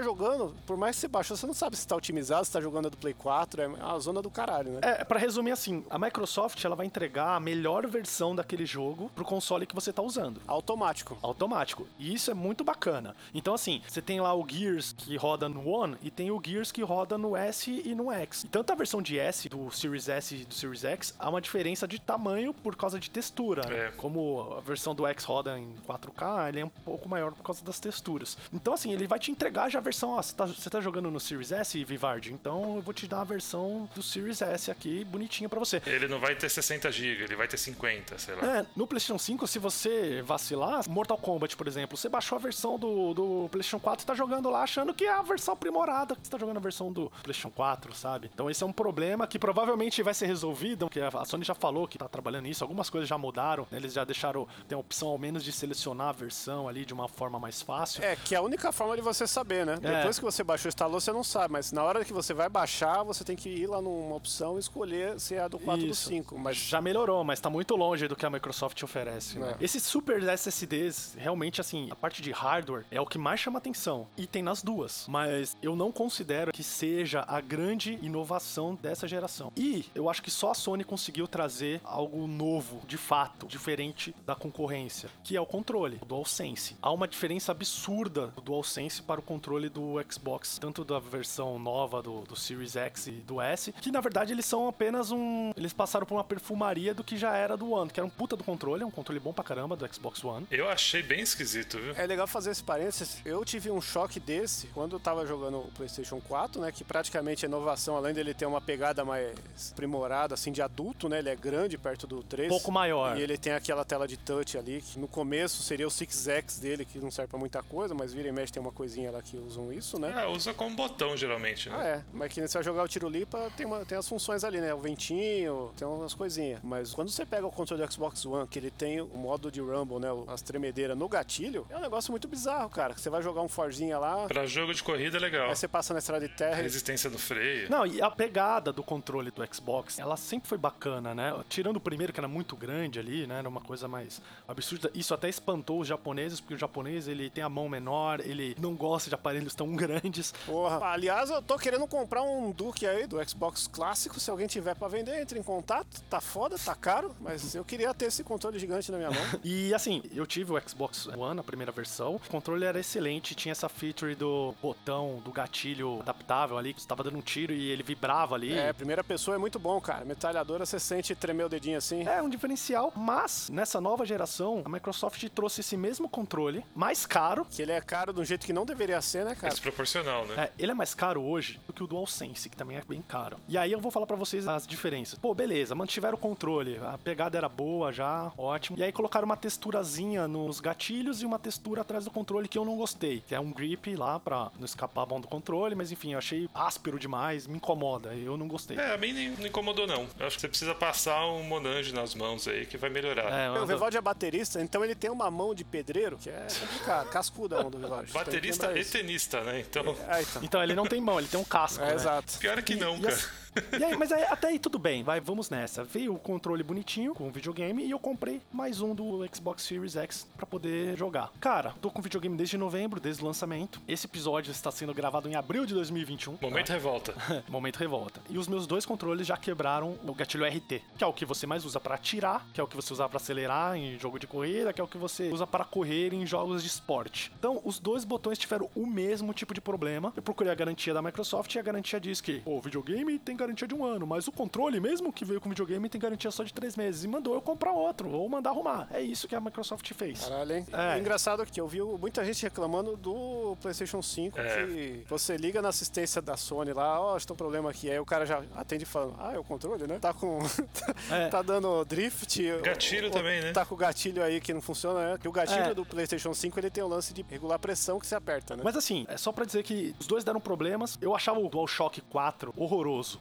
jogando, por mais que você baixou, você não sabe se tá otimizado, se tá jogando a do Play 4, é a zona do caralho, né? Pra resumir assim, a Microsoft ela vai entregar a melhor versão daquele jogo pro console que você tá usando. Automático. E isso é muito bacana. Então assim, você tem lá o Gears que roda no One e tem o Gears que roda no S e no X. E tanto a versão de S, do Series S e do Series X, há uma diferença de tamanho por causa de textura. Como a versão do X roda em 4K, ele é um pouco maior por causa das texturas. Então assim, ele vai te entregar já a versão, você tá jogando no Series S, Vivardi? Então eu vou te dar a versão do Series S aqui, bonitinha pra você. Ele não vai ter 60 GB, ele vai ter 50, sei lá. No PlayStation 5, se você vacilar, Mortal Kombat, por exemplo, você baixou a versão do PlayStation 4 e tá jogando lá achando que é a versão aprimorada, que você tá jogando a versão do PlayStation 4, sabe? Então esse é um problema que provavelmente vai ser resolvido, porque a Sony já falou que tá trabalhando nisso, algumas coisas já mudaram, né? Eles já deixaram, tem a opção ao menos de selecionar a versão ali de uma forma mais fácil. Que é a única forma de você saber, né? Depois que você baixou e instalou, você não sabe, mas na hora que você vai baixar, você tem que ir lá numa opção e escolher se é a do 4 ou do 5. Mas já melhorou, mas tá muito longe do que a Microsoft oferece, né? Esses super SSDs, realmente, assim, a parte de hardware é o que mais chama atenção. E tem nas duas. Mas eu não considero que seja a grande inovação dessa geração. E eu acho que só a Sony conseguiu trazer algo novo, de fato, diferente da concorrência, que é o controle, o DualSense. Há uma diferença absurda do DualSense para o controle do Xbox, tanto da versão nova do Series X e do S, que na verdade eles são apenas eles passaram por uma perfumaria do que já era do One, que era um puta do controle, é um controle bom pra caramba do Xbox One. Eu achei bem esquisito, viu? É legal fazer esse parênteses. Eu tive um choque desse quando eu tava jogando o PlayStation 4, né? Que praticamente a inovação, além dele ter uma pegada mais aprimorada, assim, de adulto, né? Ele é grande perto do 3. Pouco maior. E ele tem aquela tela de touch ali, que no começo seria o 6X dele, que não serve pra muita coisa, mas vira e mexe tem uma coisinha lá que usam isso, né? Usa como botão, geralmente, né? Mas que você vai jogar o tiro-lipa, tem as funções ali, né? O ventinho, tem umas coisinhas. Mas quando você pega o controle do Xbox One, que ele tem o modo de Rumble, né? As tremedeiras no gatilho, é um negócio muito bizarro, cara. Você vai jogar um Forzinha lá... Pra jogo de corrida é legal. Aí você passa na estrada de terra... Resistência do freio. Não, e a pegada do controle do Xbox, ela sempre foi bacana, né? Tirando o primeiro, que era muito grande ali, né? Era uma coisa mais absurda. Isso até espantou os japoneses, porque o japonês, ele tem a mão menor, ele não gosta de aparelhos tão grandes. Porra. Aliás, eu tô querendo comprar um Duke aí do Xbox clássico. Se alguém tiver pra vender, entre em contato. Tá foda, tá caro, mas eu queria ter esse controle gigante na minha mão. E assim, eu tive o Xbox One, a primeira versão. O controle era excelente, tinha essa feature do botão, do gatilho adaptável ali, que você tava dando um tiro e ele vibrava ali. Primeira pessoa é muito bom, cara. Metralhadora, você sente tremer o dedinho assim. É um diferencial, mas nessa nova geração, a Microsoft trouxe esse mesmo controle, mais caro. Que ele é caro de um jeito que não deveria ser, né, cara? É desproporcional, né? Ele é mais caro hoje do que o DualSense, que também é bem caro. E aí eu vou falar pra vocês as diferenças. Pô, beleza, mantiveram o controle, a pegada era boa já, ótimo. E aí colocaram uma texturazinha nos gatilhos e uma textura atrás do controle que eu não gostei, que é um grip lá pra não escapar a mão do controle, mas enfim, eu achei áspero demais, me incomoda, eu não gostei. A mim não incomodou não. Eu acho que você precisa passar um Monange nas mãos aí que vai melhorar. O Vivaldi é baterista, então ele tem uma mão de pedreiro, que é complicado, cascuda a mão do Vivaldi. Baterista e tenista, né? Então ele não tem mão, ele tem um casco, né? Exato. Pior é que não, cara. E aí, mas até aí tudo bem, vamos nessa. Veio o controle bonitinho com o videogame e eu comprei mais um do Xbox Series X pra poder jogar. Cara, tô com o videogame desde novembro, desde o lançamento. Esse episódio está sendo gravado em abril de 2021. Momento revolta. Momento revolta. E os meus dois controles já quebraram o gatilho RT, que é o que você mais usa pra atirar, que é o que você usa pra acelerar em jogo de corrida, que é o que você usa para correr em jogos de esporte. Então, os dois botões tiveram o mesmo tipo de problema. Eu procurei a garantia da Microsoft e a garantia diz que o videogame tem garantia de 1 ano, mas o controle, mesmo que veio com videogame, tem garantia só de 3 meses. E mandou eu comprar outro, ou mandar arrumar. É isso que a Microsoft fez. Caralho, hein? Engraçado que eu vi muita gente reclamando do PlayStation 5, que você liga na assistência da Sony lá, está um problema aqui. Aí o cara já atende falando, é o controle, né? Tá com... tá dando drift. Gatilho também, né? Tá com o gatilho aí que não funciona, né? Que o gatilho do PlayStation 5, ele tem o lance de regular a pressão que você aperta, né? Mas assim, é só pra dizer que os dois deram problemas. Eu achava o DualShock 4 horroroso.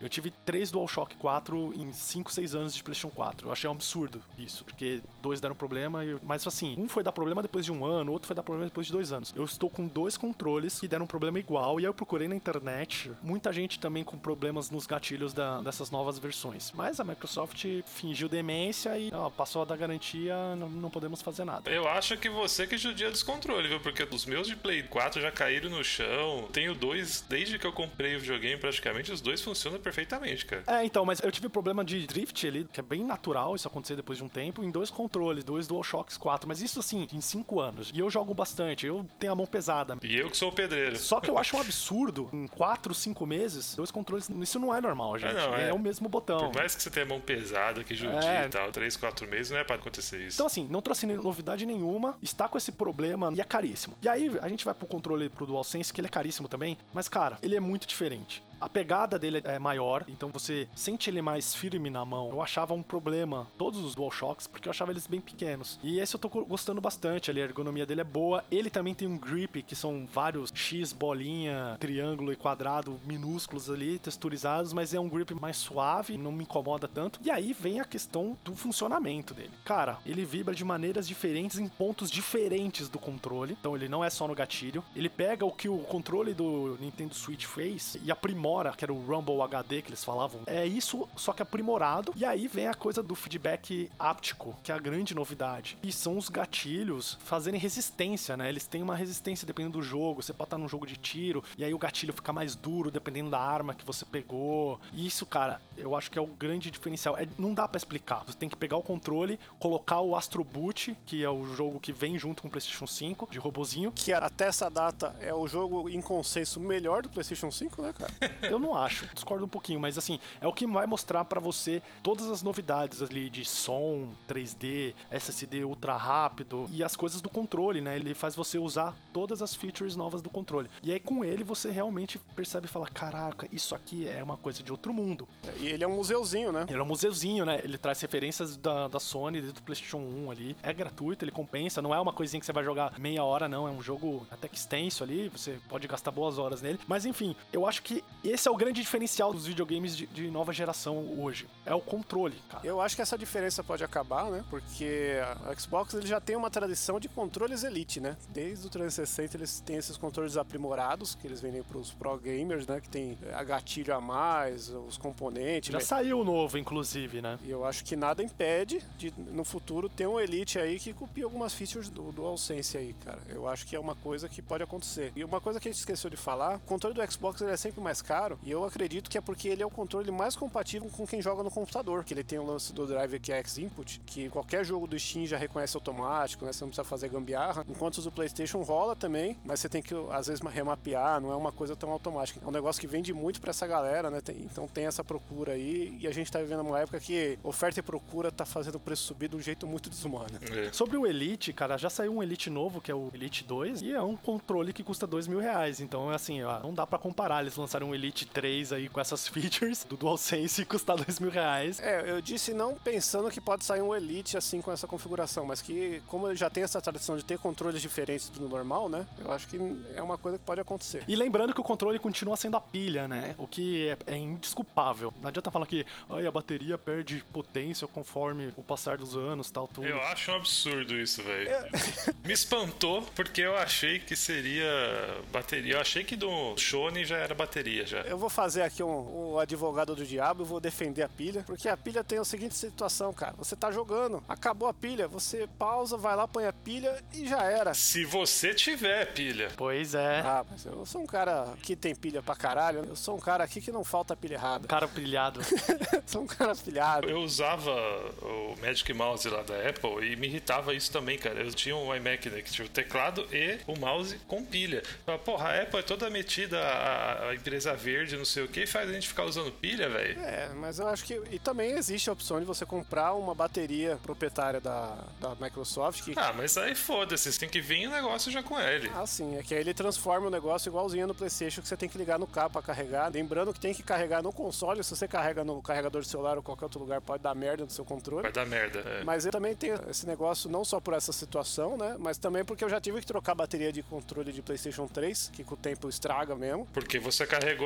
Eu tive 3 DualShock 4 em 5, 6 anos de PlayStation 4. Eu achei um absurdo isso, porque 2 deram problema, mas assim, um foi dar problema depois de 1 ano, outro foi dar problema depois de 2 anos. Eu estou com 2 controles que deram um problema igual, e aí eu procurei na internet, muita gente também com problemas nos gatilhos dessas novas versões. Mas a Microsoft fingiu demência e passou a dar garantia, não podemos fazer nada. Eu acho que você que judia dos controles, viu? Porque os meus de Play 4 já caíram no chão. Tenho 2, desde que eu comprei o videogame, praticamente os 2 funcionam perfeitamente, cara. Então, mas eu tive problema de drift ali, que é bem natural isso acontecer depois de um tempo, em 2 controles, 2 DualShocks 4, mas isso assim, em 5 anos. E eu jogo bastante, eu tenho a mão pesada. E eu que sou o pedreiro. Só que eu acho um absurdo, em 4, 5 meses, 2 controles, isso não é normal, gente. É o mesmo botão. Por mais que você tenha mão pesada, que judia e tal, 3, 4 meses, não é pra acontecer isso. Então assim, não trouxe novidade nenhuma, está com esse problema e é caríssimo. E aí a gente vai pro controle, pro DualSense, que ele é caríssimo também, mas cara, ele é muito diferente. A pegada dele é maior, então você sente ele mais firme na mão. Eu achava um problema todos os DualShocks, porque eu achava eles bem pequenos. E esse eu tô gostando bastante, ali, a ergonomia dele é boa. Ele também tem um grip, que são vários X, bolinha, triângulo e quadrado minúsculos ali, texturizados, mas é um grip mais suave, não me incomoda tanto. E aí vem a questão do funcionamento dele. Cara, ele vibra de maneiras diferentes em pontos diferentes do controle, então ele não é só no gatilho. Ele pega o que o controle do Nintendo Switch fez e aprimora, que era o Rumble HD que eles falavam. É isso, só que aprimorado. E aí vem a coisa do feedback áptico, que é a grande novidade. E são os gatilhos fazerem resistência, né? Eles têm uma resistência dependendo do jogo. Você pode estar num jogo de tiro, e aí o gatilho fica mais duro dependendo da arma que você pegou. E isso, cara, eu acho que é o grande diferencial. Não dá pra explicar. Você tem que pegar o controle, colocar o Astro Boot, que é o jogo que vem junto com o PlayStation 5, de robozinho. Que até essa data é o jogo em consenso melhor do PlayStation 5, né, cara? Eu não acho, discordo um pouquinho, mas assim, é o que vai mostrar pra você todas as novidades ali de som, 3D, SSD ultra rápido e as coisas do controle, né? Ele faz você usar todas as features novas do controle. E aí com ele você realmente percebe e fala, caraca, isso aqui é uma coisa de outro mundo. E ele é um museuzinho, né? Ele é um museuzinho, né? Ele traz referências da Sony, do PlayStation 1 ali. É gratuito, ele compensa, não é uma coisinha que você vai jogar meia hora, não. É um jogo até que extenso ali, você pode gastar boas horas nele. Mas enfim, eu acho que esse é o grande diferencial dos videogames de nova geração hoje. É o controle, cara. Eu acho que essa diferença pode acabar, né? Porque a Xbox ele já tem uma tradição de controles Elite, né? Desde o 360 eles têm esses controles aprimorados, que eles vendem pros pro gamers, né? Que tem a gatilho a mais, os componentes. Já saiu o novo, inclusive, né? E eu acho que nada impede de, no futuro, ter um Elite aí que copie algumas features do DualSense aí, cara. Eu acho que é uma coisa que pode acontecer. E uma coisa que a gente esqueceu de falar, o controle do Xbox ele é sempre mais caro, e eu acredito que é porque ele é o controle mais compatível com quem joga no computador, que ele tem o lance do driver que é X-Input, que qualquer jogo do Steam já reconhece automático, né? Você não precisa fazer gambiarra, enquanto o do PlayStation rola também, mas você tem que, às vezes, remapear, não é uma coisa tão automática. É um negócio que vende muito pra essa galera, né? Então tem essa procura aí, e a gente tá vivendo uma época que oferta e procura tá fazendo o preço subir de um jeito muito desumano. Sobre o Elite, cara, já saiu um Elite novo, que é o Elite 2, e é um controle que custa R$2.000, então assim, ó, não dá pra comparar, eles lançaram um Elite 3 aí com essas features do DualSense e custar R$2.000. Eu disse não pensando que pode sair um Elite assim com essa configuração, mas que como já tem essa tradição de ter controles diferentes do normal, né, eu acho que é uma coisa que pode acontecer. E lembrando que o controle continua sendo a pilha, né, o que é indesculpável. Não adianta falar que a bateria perde potência conforme o passar dos anos, tal, tudo. Eu acho um absurdo isso, velho. Me espantou porque eu achei que seria bateria. Eu achei que do Sony já era bateria já. Eu vou fazer aqui um advogado do diabo e vou defender a pilha, porque a pilha tem a seguinte situação, cara. Você tá jogando, acabou a pilha, você pausa, vai lá, põe a pilha e já era. Se você tiver pilha. Pois é. Ah, mas eu sou um cara que tem pilha pra caralho. Eu sou um cara aqui que não falta pilha errada. Cara pilhado. Sou um cara pilhado. Eu usava o Magic Mouse lá da Apple e me irritava isso também, cara. Eu tinha um iMac, né, que tinha o teclado e o mouse com pilha. Porra, a Apple é toda metida a empresa verde, não sei o que, e faz a gente ficar usando pilha, velho. Mas eu acho que... E também existe a opção de você comprar uma bateria proprietária da Microsoft que... Ah, mas aí foda-se, você tem que vir o negócio já com ele. Ah, sim. É que aí ele transforma o negócio igualzinho no PlayStation, que você tem que ligar no cabo pra carregar. Lembrando que tem que carregar no console. Se você carrega no carregador de celular ou qualquer outro lugar, pode dar merda no seu controle. Vai dar merda, Mas eu também tenho esse negócio não só por essa situação, né? Mas também porque eu já tive que trocar a bateria de controle de PlayStation 3, que com o tempo estraga mesmo. Porque você carregou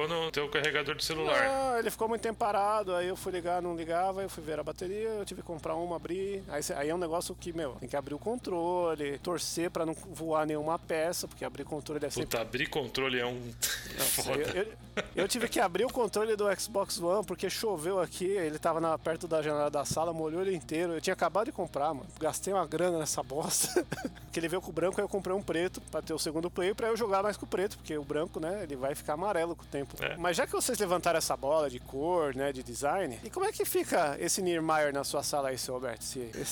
ligou no teu carregador do celular. Não, ele ficou muito tempo parado, aí eu fui ligar, não ligava, aí eu fui ver a bateria, eu tive que comprar uma, abrir. Aí é um negócio que, tem que abrir o controle, torcer pra não voar nenhuma peça, porque abrir controle é sempre... Puta, abrir controle é um... foda. Eu tive que abrir o controle do Xbox One, porque choveu aqui, ele tava perto da janela da sala, molhou ele inteiro. Eu tinha acabado de comprar, mano. Gastei uma grana nessa bosta. Que ele veio com o branco, aí eu comprei um preto pra ter o segundo play, pra eu jogar mais com o preto, porque o branco, né, ele vai ficar amarelo com o tempo. É. Mas já que vocês levantaram essa bola de cor, né, de design, e como é que fica esse Niemeyer na sua sala aí, seu Alberto?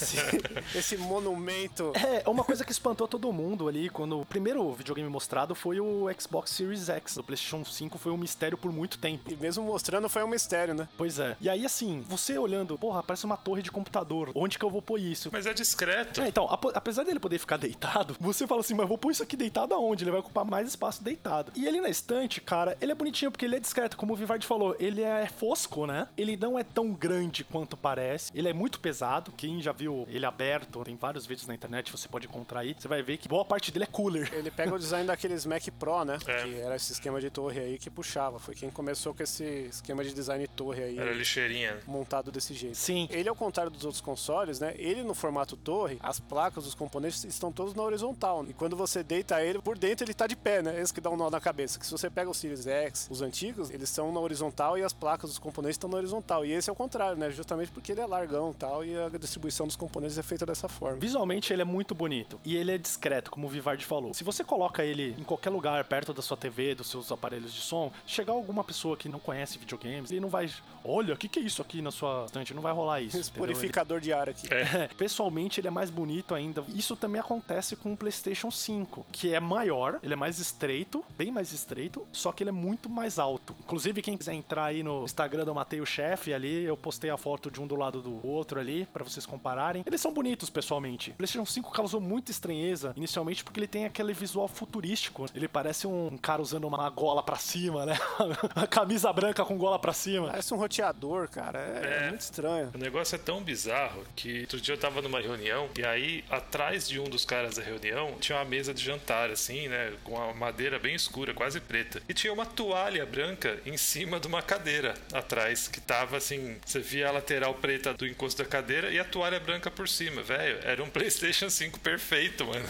Esse monumento... Uma coisa que espantou todo mundo ali, quando o primeiro videogame mostrado foi o Xbox Series X. O PlayStation 5 foi um mistério por muito tempo. E mesmo mostrando foi um mistério, né? Pois é. E aí, assim, você olhando, porra, parece uma torre de computador. Onde que eu vou pôr isso? Mas é discreto. Então, apesar dele poder ficar deitado, você fala assim, mas vou pôr isso aqui deitado aonde? Ele vai ocupar mais espaço deitado. E ele na estante, cara, ele é bonitinho porque ele é discreto, como o Vivardi falou, ele é fosco, né? Ele não é tão grande quanto parece, ele é muito pesado. Quem já viu ele aberto, tem vários vídeos na internet, você pode encontrar aí, você vai ver que boa parte dele é cooler. Ele pega o design daqueles Mac Pro, né? É. Que era esse esquema de torre aí que puxava. Foi quem começou com esse esquema de design torre aí. Era lixeirinha. Montado desse jeito. Sim. Ele, ao contrário dos outros consoles, né? Ele no formato torre, as placas, os componentes estão todos na horizontal. E quando você deita ele, por dentro ele tá de pé, né? Esse que dá um nó na cabeça. Que se você pega o Series X, os antigos, eles são na horizontal e as placas, os componentes estão na horizontal. E esse é o contrário, né? Justamente porque ele é largão e tal, e a distribuição dos componentes é feita dessa forma. Visualmente ele é muito bonito e ele é discreto, como o Vivardi falou. Se você coloca ele em qualquer lugar perto da sua TV, dos seus aparelhos de som, chegar alguma pessoa que não conhece videogames, ele não vai, olha, o que é isso aqui na sua estante? Não vai rolar isso. Esse purificador de ar aqui. Pessoalmente ele é mais bonito ainda. Isso também acontece com o PlayStation 5, que é maior, ele é mais estreito, bem mais estreito, só que ele é muito mais alto. Inclusive, quem quiser entrar aí no Instagram do Matei o Chefe ali, eu postei a foto de um do lado do outro ali, pra vocês compararem. Eles são bonitos, pessoalmente. O PlayStation 5 causou muita estranheza, inicialmente porque ele tem aquele visual futurístico. Ele parece um cara usando uma gola pra cima, né? Uma camisa branca com gola pra cima. Parece um roteador, cara. É muito estranho. O negócio é tão bizarro que outro dia eu tava numa reunião e aí, atrás de um dos caras da reunião, tinha uma mesa de jantar, assim, né? Com uma madeira bem escura, quase preta. E tinha uma toalha branca em cima de uma cadeira atrás, que tava assim, você via a lateral preta do encosto da cadeira e a toalha branca por cima, velho. Era um PlayStation 5 perfeito, mano.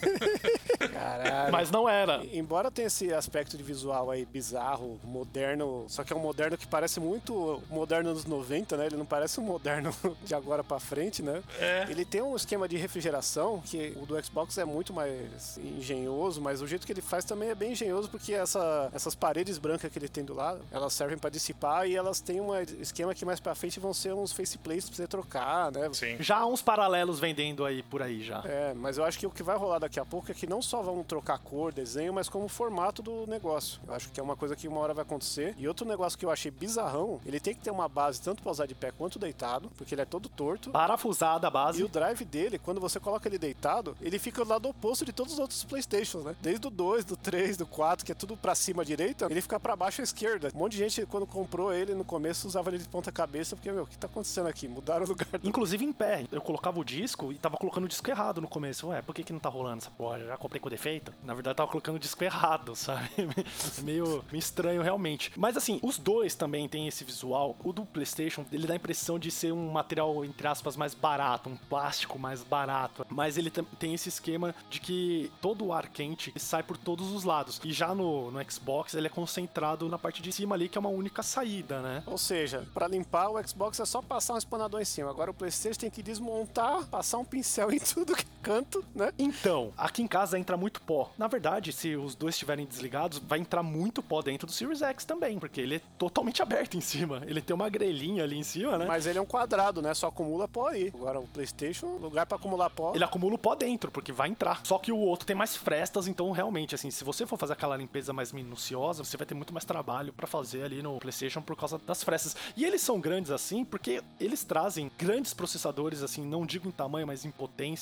Caralho. Mas não era. Embora tenha esse aspecto de visual aí bizarro, moderno, só que é um moderno que parece muito moderno dos 90, né? Ele não parece um moderno de agora pra frente, né? É. Ele tem um esquema de refrigeração que o do Xbox é muito mais engenhoso, mas o jeito que ele faz também é bem engenhoso porque essas paredes brancas que ele tem do lado, elas servem pra dissipar e elas têm um esquema que mais pra frente vão ser uns faceplates pra você trocar, né? Sim. Já há uns paralelos vendendo aí por aí já. Mas eu acho que o que vai rolar daqui a pouco é que não só vão trocar cor, desenho, mas como o formato do negócio. Eu acho que é uma coisa que uma hora vai acontecer. E outro negócio que eu achei bizarrão, ele tem que ter uma base tanto pra usar de pé quanto deitado, porque ele é todo torto. Parafusada a base. E o drive dele, quando você coloca ele deitado, ele fica do lado oposto de todos os outros Playstations, né? Desde o 2, do 3, do 4, que é tudo pra cima à direita, ele fica pra baixo à esquerda. Um monte de gente, quando comprou ele no começo, usava ele de ponta cabeça, porque, o que tá acontecendo aqui? Mudaram o lugar do... Inclusive em pé. Eu colocava o disco e tava colocando o disco errado no começo. Ué, por que não tá rolando essa porra? Já comprei com defeito? Na verdade, eu tava colocando o disco errado, sabe? meio estranho, realmente. Mas assim, os dois também têm esse visual. O do PlayStation, ele dá a impressão de ser um material, entre aspas, mais barato, um plástico mais barato. Mas ele tem esse esquema de que todo o ar quente sai por todos os lados. E já no Xbox, ele é concentrado na parte de cima ali, que é uma única saída, né? Ou seja, pra limpar o Xbox é só passar um espanador em cima. Agora o PlayStation tem que desmontar, passar um pincel em tudo que é canto, né? Então, aqui em casa entra muito pó. Na verdade, se os dois estiverem desligados, vai entrar muito pó dentro do Series X também, porque ele é totalmente aberto em cima. Ele tem uma grelhinha ali em cima, né? Mas ele é um quadrado, né? Só acumula pó aí. Agora o PlayStation, lugar pra acumular pó... Ele acumula o pó dentro, porque vai entrar. Só que o outro tem mais frestas, então realmente, assim, se você for fazer aquela limpeza mais minuciosa, você vai ter muito mais trabalho pra fazer ali no PlayStation por causa das frestas. E eles são grandes assim, porque eles trazem grandes processadores, assim, não digo em tamanho, mas em potência, né? O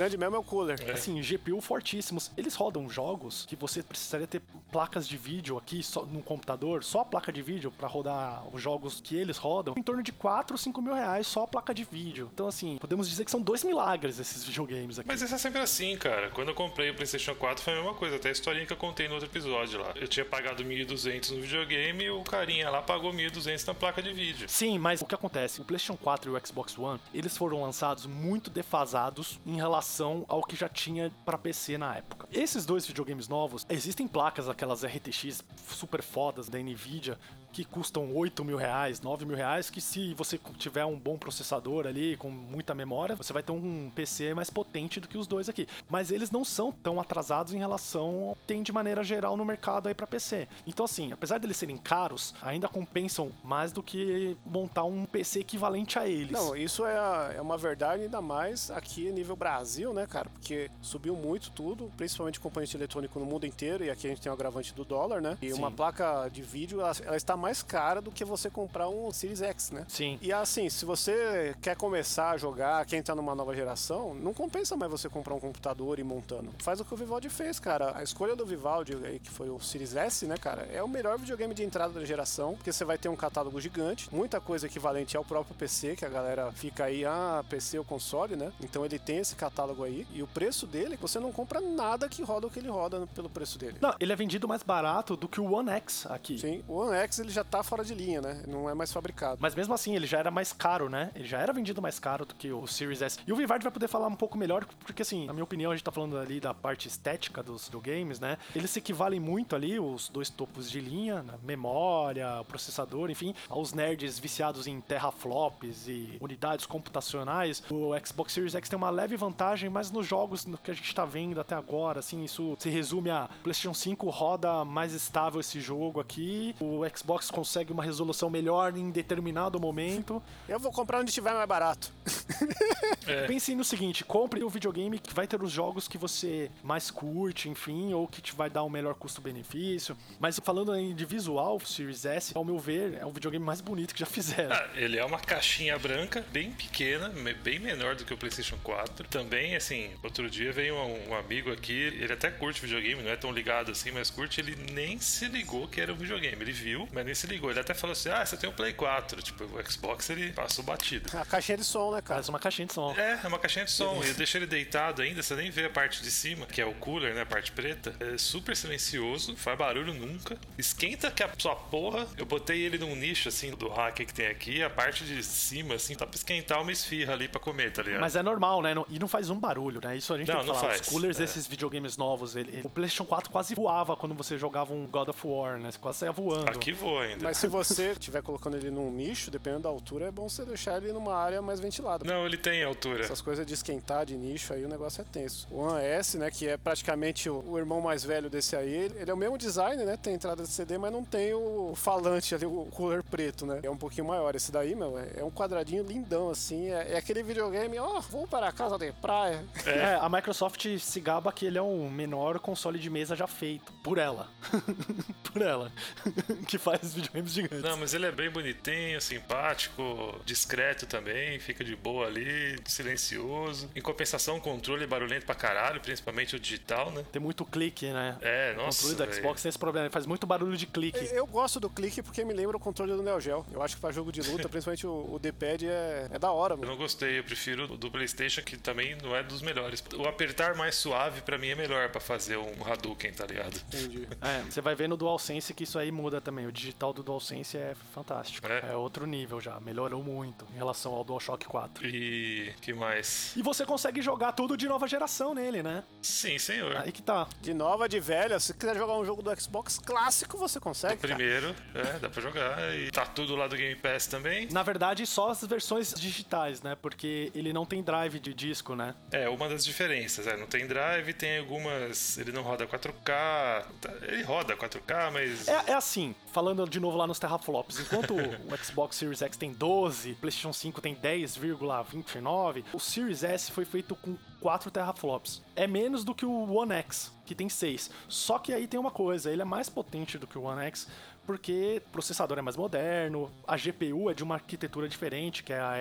grande mesmo é o cooler. Assim, GPU fortíssimos. Eles rodam jogos que você precisaria ter placas de vídeo aqui só no computador, só a placa de vídeo pra rodar os jogos que eles rodam, em torno de 4 ou 5 mil reais só a placa de vídeo. Então, assim, podemos dizer que são 2 milagres esses videogames aqui. Mas isso é sempre assim, cara. Quando eu comprei o PlayStation 4 foi a mesma coisa, até a historinha que eu contei no outro episódio lá. Eu tinha pagado 1.200 no videogame e o carinha lá pagou 1.200 na placa de vídeo. Sim, mas o que acontece? O PlayStation 4 e o Xbox One, eles foram lançados muito defasados em relação ao que já tinha pra PC na época. Esses dois videogames novos, existem placas, aquelas RTX super fodas da Nvidia, que custam 8 mil reais, 9 mil reais, que se você tiver um bom processador ali, com muita memória, você vai ter um PC mais potente do que os dois aqui. Mas eles não são tão atrasados em relação ao que tem de maneira geral no mercado aí pra PC. Então assim, apesar deles serem caros, ainda compensam mais do que montar um PC equivalente a eles. Não, isso é uma verdade, ainda mais aqui nível Brasil, né, cara? Porque subiu muito tudo, principalmente componente eletrônico no mundo inteiro, e aqui a gente tem o agravante do dólar, né? E Sim. uma placa de vídeo, ela está mais cara do que você comprar um Series X, né? Sim. E assim, se você quer começar a jogar, quer entrar numa nova geração, não compensa mais você comprar um computador e ir montando. Faz o que o Vivaldi fez, cara. A escolha do Vivaldi, aí, que foi o Series S, né, cara, é o melhor videogame de entrada da geração, porque você vai ter um catálogo gigante, muita coisa equivalente ao próprio PC, que a galera fica aí, PC ou console, né? Então ele tem esse catálogo aí, e o preço dele, você não compra nada que roda o que ele roda pelo preço dele. Não, ele é vendido mais barato do que o One X aqui. Sim, o One X ele já tá fora de linha, né? Não é mais fabricado. Mas mesmo assim, ele já era mais caro, né? Ele já era vendido mais caro do que o Series S. E o Vivaldi vai poder falar um pouco melhor, porque assim, na minha opinião, a gente tá falando ali da parte estética dos videogames, né? Eles se equivalem muito ali, os dois topos de linha, né? Memória, processador, enfim, aos nerds viciados em teraflops e unidades computacionais. O Xbox Series X tem uma leve vantagem, mas nos jogos que a gente tá vendo até agora, assim, isso se resume a PlayStation 5 roda mais estável esse jogo aqui, o Xbox consegue uma resolução melhor em determinado momento. Eu vou comprar onde estiver mais barato. Pense no seguinte, compre o videogame que vai ter os jogos que você mais curte, enfim, ou que te vai dar um melhor custo-benefício. Mas falando aí de visual, o Series S, ao meu ver, é o videogame mais bonito que já fizeram. Ele é uma caixinha branca, bem pequena, bem menor do que o PlayStation 4. Também, assim, outro dia veio um amigo aqui, ele até curte videogame, não é tão ligado assim, mas curte, ele nem se ligou que era um videogame. Ele viu, mas nem se ligou. Ele até falou assim, você tem um Play 4. Tipo, o Xbox, ele passou batido. A caixinha de som, né, cara? Parece uma caixinha de som. É uma caixinha de som. E eu deixei ele deitado ainda, você nem vê a parte de cima, que é o cooler, né, a parte preta. É super silencioso, não faz barulho nunca. Esquenta que a sua porra. Eu botei ele num nicho, assim, do hack que tem aqui. A parte de cima, assim, tá pra esquentar uma esfirra ali pra comer, tá ligado? Mas é normal, né? E não faz um barulho, né? Isso a gente tem que não falar. faz. Os coolers desses videogames novos, o PlayStation 4 quase voava quando você jogava um God of War, né? Você quase saia voando. Aqui voa ainda. Mas se você estiver colocando ele num nicho, dependendo da altura, é bom você deixar ele numa área mais ventilada. Não, ele tem altura. Essas coisas de esquentar de nicho, aí o negócio é tenso. O One S, né, que é praticamente o irmão mais velho desse aí, ele é o mesmo design, né? Tem entrada de CD, mas não tem o falante ali, o cooler preto, né? É um pouquinho maior. Esse daí, meu, é um quadradinho lindão, assim. É aquele videogame, vou para a casa de praia. A Microsoft se gaba que ele é o menor console de mesa já feito. Por ela. Por ela. Que faz videogames gigantes. Não, mas ele é bem bonitinho, simpático, discreto também, fica de boa ali, silencioso. Em compensação, o controle é barulhento pra caralho, principalmente o digital, né? Tem muito clique, né? Nossa. O controle do Xbox tem esse problema, ele faz muito barulho de clique. Eu gosto do clique porque me lembra o controle do Neo Geo. Eu acho que pra jogo de luta, principalmente o D-pad é da hora, Eu mano. não gostei, eu prefiro o do PlayStation, que também não é dos melhores. O apertar mais suave, pra mim, é melhor pra fazer um Hadouken, tá ligado? Entendi. Você vai ver no DualSense que isso aí muda também. O digital do DualSense é fantástico. É outro nível já, melhorou muito em relação ao DualShock 4. E que mais? E você consegue jogar tudo de nova geração nele, né? Sim, senhor. Aí que tá. De nova, de velha, se quiser jogar um jogo do Xbox clássico, você consegue, cara. Primeiro, dá pra jogar. E tá tudo lá do Game Pass também. Na verdade, só as versões digitais, né? Porque ele não tem drive de disco, né? Uma das diferenças. Não tem drive, tem algumas... Ele não roda 4K. Ele roda 4K, mas... É assim, falando de novo lá nos teraflops, enquanto o Xbox Series X tem 12, o PlayStation 5 tem 10,29, o Series S foi feito com 4 teraflops. É menos do que o One X, que tem 6. Só que aí tem uma coisa, ele é mais potente do que o One X, porque o processador é mais moderno, a GPU é de uma arquitetura diferente, que é a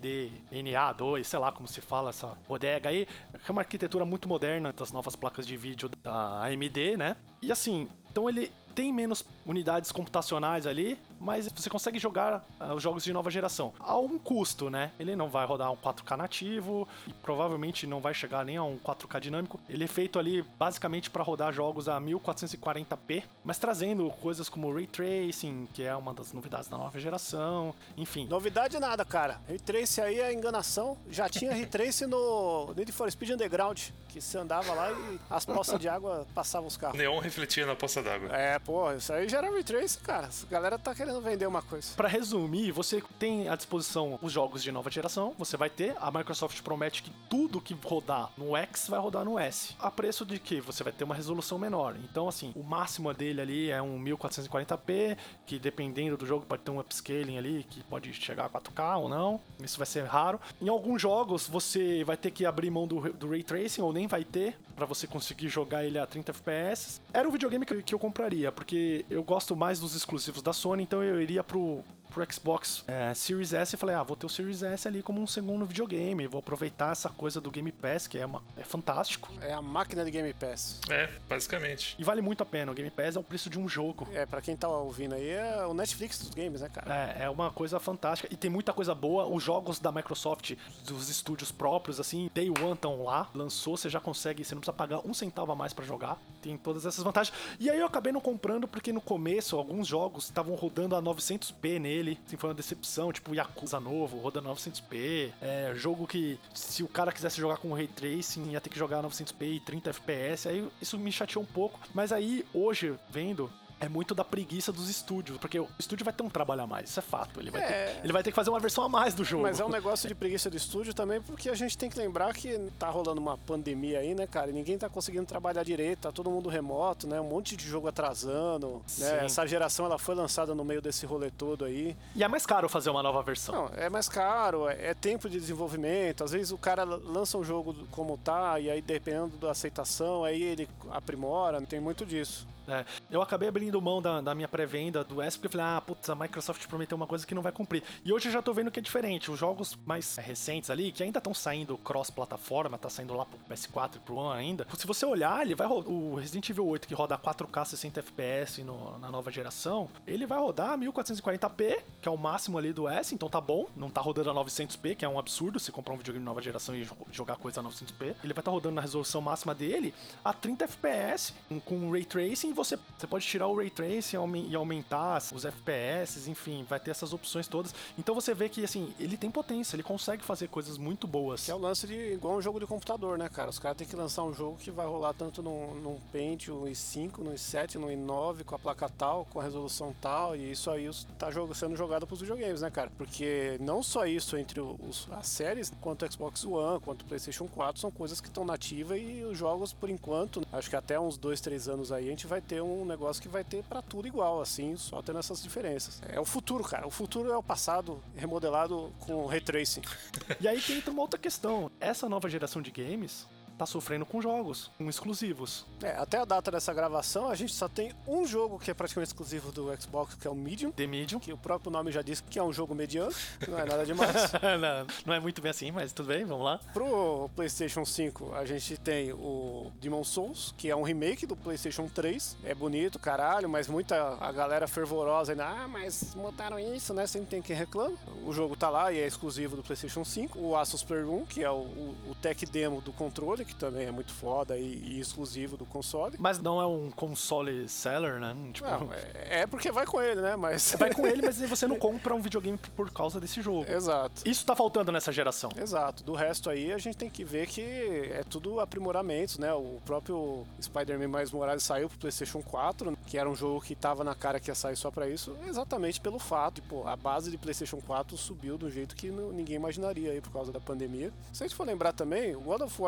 RDNA2, sei lá como se fala essa bodega aí, que é uma arquitetura muito moderna das novas placas de vídeo da AMD, né? E assim, então ele tem menos unidades computacionais ali, mas você consegue jogar os jogos de nova geração. A um custo, né? Ele não vai rodar um 4K nativo e provavelmente não vai chegar nem a um 4K dinâmico. Ele é feito ali basicamente para rodar jogos a 1440p, mas trazendo coisas como Ray Tracing, que é uma das novidades da nova geração, enfim. Novidade nada, cara. Ray Tracing aí é enganação. Já tinha Ray Tracing no Need for Speed Underground, que você andava lá e as poças de água passavam os carros. Neon refletia na poça d'água. É, pô, isso aí já era Ray Tracing, cara. A galera tá querendo vender uma coisa. Pra resumir, você tem à disposição os jogos de nova geração, você vai ter, a Microsoft promete que tudo que rodar no X vai rodar no S. A preço de que você vai ter uma resolução menor. Então, assim, o máximo dele ali é um 1440p, que dependendo do jogo pode ter um upscaling ali, que pode chegar a 4K ou não. Isso vai ser raro. Em alguns jogos, você vai ter que abrir mão do Ray Tracing, ou nem vai ter, pra você conseguir jogar ele a 30 FPS. Era um videogame que eu compraria, porque eu gosto mais dos exclusivos da Sony, então eu iria pro Xbox Series S e falei, vou ter o Series S ali como um segundo videogame, vou aproveitar essa coisa do Game Pass, que é fantástico. É a máquina de Game Pass. É, basicamente. E vale muito a pena, o Game Pass é o preço de um jogo. Pra quem tá ouvindo aí, é o Netflix dos games, né, cara? É uma coisa fantástica, e tem muita coisa boa, os jogos da Microsoft, dos estúdios próprios, assim, Day One estão lá, lançou, você já consegue, você não precisa pagar um centavo a mais pra jogar, tem todas essas vantagens. E aí eu acabei não comprando, porque no começo, alguns jogos estavam rodando a 900p nele, assim, foi uma decepção, tipo Yakuza novo, rodando 900p, jogo que se o cara quisesse jogar com Ray Tracing ia ter que jogar 900p e 30 FPS, aí isso me chateou um pouco, mas aí hoje, vendo, é muito da preguiça dos estúdios, porque o estúdio vai ter um trabalho a mais, isso é fato. Ele vai ter que fazer uma versão a mais do jogo. Mas é um negócio de preguiça do estúdio também, porque a gente tem que lembrar que tá rolando uma pandemia aí, né, cara? E ninguém tá conseguindo trabalhar direito, tá todo mundo remoto, né? Um monte de jogo atrasando, né? Essa geração, ela foi lançada no meio desse rolê todo aí. E é mais caro fazer uma nova versão. Não, é mais caro, é tempo de desenvolvimento. Às vezes o cara lança um jogo como tá, e aí dependendo da aceitação, aí ele aprimora, tem muito disso. Eu acabei abrindo mão da minha pré-venda do S, porque eu falei, putz, a Microsoft prometeu uma coisa que não vai cumprir. E hoje eu já tô vendo que é diferente. Os jogos mais recentes ali, que ainda estão saindo cross-plataforma, tá saindo lá pro PS4 e pro One ainda. Se você olhar, ele vai rodar, o Resident Evil 8, que roda 4K 60 FPS na nova geração, ele vai rodar 1440p, que é o máximo ali do S, então tá bom. Não tá rodando a 900p, que é um absurdo se comprar um videogame de nova geração e jogar coisa a 900p. Ele vai estar rodando na resolução máxima dele a 30 FPS, com Ray Tracing. Você pode tirar o Ray Tracing e aumentar os FPS, enfim, vai ter essas opções todas. Então você vê que, assim, ele tem potência, ele consegue fazer coisas muito boas. Que é o lance de igual um jogo de computador, né, cara? Os caras têm que lançar um jogo que vai rolar tanto num Pentium i5, no i7, no i9, com a placa tal, com a resolução tal, e isso aí tá sendo jogado pros videogames, né, cara? Porque não só isso entre as séries, quanto o Xbox One, quanto o PlayStation 4, são coisas que estão nativas e os jogos, por enquanto, acho que até uns 2-3 anos aí, a gente vai ter um negócio que vai ter pra tudo igual, assim, só tendo essas diferenças. É o futuro, cara. O futuro é o passado remodelado com Ray Tracing. E aí que entra uma outra questão. Essa nova geração de games tá sofrendo com jogos, com exclusivos. Até a data dessa gravação, a gente só tem um jogo que é praticamente exclusivo do Xbox, que é o Medium. The Medium. Que o próprio nome já diz que é um jogo mediano, não é nada demais. não é muito bem assim, mas tudo bem, vamos lá. Pro PlayStation 5, a gente tem o Demon's Souls, que é um remake do PlayStation 3. É bonito, caralho, mas a galera fervorosa ainda, mas mudaram isso, né? Sempre tem quem reclama. O jogo tá lá e é exclusivo do PlayStation 5. O Asus Play 1, que é o tech demo do controle, que também é muito foda e exclusivo do console. Mas não é um console seller, né? Tipo... Não, é porque vai com ele, né? Mas... Vai com ele, mas você não compra um videogame por causa desse jogo. Exato. Isso tá faltando nessa geração. Exato. Do resto aí, a gente tem que ver que é tudo aprimoramentos, né? O próprio Spider-Man Miles Morales saiu pro PlayStation 4, que era um jogo que tava na cara que ia sair só pra isso, exatamente pelo fato de, a base de PlayStation 4 subiu de um jeito que ninguém imaginaria aí por causa da pandemia. Se a gente for lembrar também, o God of War 3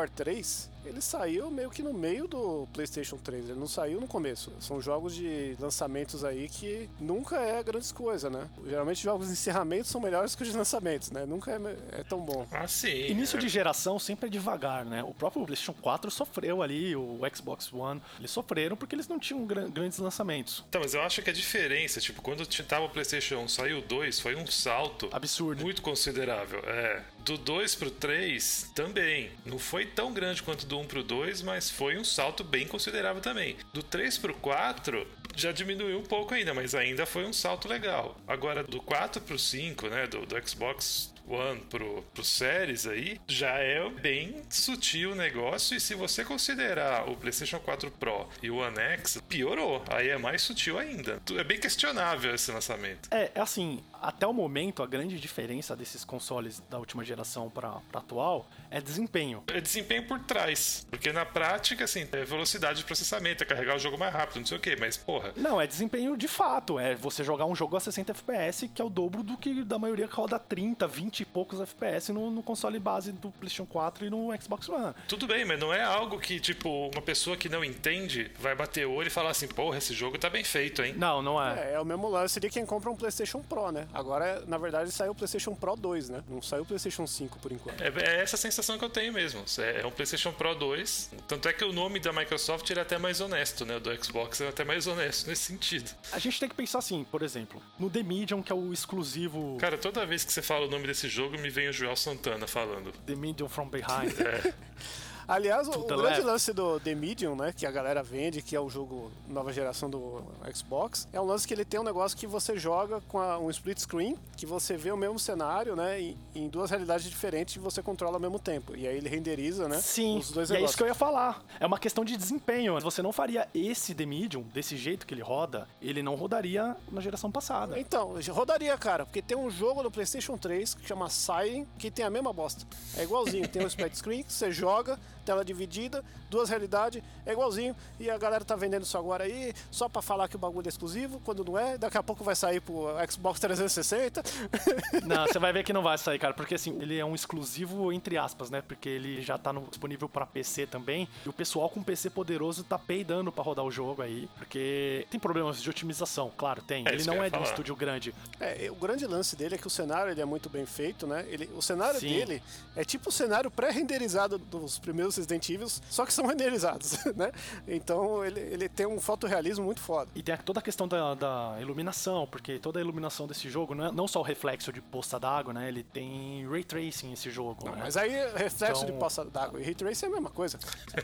3, ele saiu meio que no meio do PlayStation 3, ele não saiu no começo. São jogos de lançamentos aí que nunca é grandes coisas, né? Geralmente jogos de encerramento são melhores que os de lançamentos, né? Nunca é tão bom. Ah, sim. Início de geração sempre é devagar, né? O próprio PlayStation 4 sofreu ali, o Xbox One, eles sofreram porque eles não tinham grandes lançamentos. Então, mas eu acho que a diferença, tipo, quando tava o PlayStation 1, saiu o 2, foi um salto Absurdo. muito considerável. Do 2 pro 3 também. Não foi tão grande quanto do 1 pro 2, mas foi um salto bem considerável também. Do 3 pro 4 já diminuiu um pouco ainda, mas ainda foi um salto legal. Agora, do 4 pro 5, né, do Xbox One pro Series aí, já é bem sutil o negócio, e se você considerar o PlayStation 4 Pro e o One X, piorou. Aí é mais sutil ainda. É bem questionável esse lançamento. É assim, até o momento, a grande diferença desses consoles da última geração pra atual é desempenho. É desempenho por trás, porque na prática, assim, é velocidade de processamento, é carregar o jogo mais rápido, não sei o que, mas porra... Não, é desempenho de fato, é você jogar um jogo a 60 FPS, que é o dobro do que da maioria que roda 30, 20 e poucos FPS no console base do PlayStation 4 e no Xbox One. Tudo bem, mas não é algo que, tipo, uma pessoa que não entende vai bater o olho e falar assim, porra, esse jogo tá bem feito, hein? Não, não é. É o mesmo lance de quem compra um PlayStation Pro, né? Agora, na verdade, saiu o PlayStation Pro 2, né? Não saiu o PlayStation 5 por enquanto. É essa sensação que eu tenho mesmo. É um PlayStation Pro 2. Tanto é que o nome da Microsoft ele é até mais honesto, né? O do Xbox é até mais honesto nesse sentido. A gente tem que pensar assim, por exemplo, no The Medium, que é o exclusivo... Cara, toda vez que você fala o nome desse jogo, me vem o Joel Santana falando. The Medium from Behind. Aliás, o grande lance do The Medium, né, que a galera vende, que é o jogo nova geração do Xbox, é um lance que ele tem um negócio que você joga com um split screen, que você vê o mesmo cenário, né, em duas realidades diferentes e você controla ao mesmo tempo. E aí ele renderiza, né, Sim, os dois e negócios. é isso que eu ia falar. É uma questão de desempenho. Você não faria esse The Medium, desse jeito que ele roda, ele não rodaria na geração passada. Então, rodaria, cara, porque tem um jogo no PlayStation 3 que chama Siren, que tem a mesma bosta. É igualzinho, tem um split screen que você joga, tela dividida, duas realidades, é igualzinho, e a galera tá vendendo isso agora aí, só pra falar que o bagulho é exclusivo, quando não é, daqui a pouco vai sair pro Xbox 360. Não, você vai ver que não vai sair, cara, porque assim, ele é um exclusivo entre aspas, né, porque ele já tá disponível pra PC também, e o pessoal com PC poderoso tá peidando pra rodar o jogo aí, porque tem problemas de otimização, claro, tem, ele não é de um estúdio grande. O grande lance dele é que o cenário ele é muito bem feito, né, o cenário dele é tipo o cenário pré-renderizado dos primeiros Resident Evil, só que são renderizados, né? Então ele tem um fotorrealismo muito foda. E tem toda a questão da iluminação, porque toda a iluminação desse jogo não só o reflexo de poça d'água, né? Ele tem Ray Tracing esse jogo, não, né? Mas aí reflexo de poça d'água e Ray Tracing é a mesma coisa.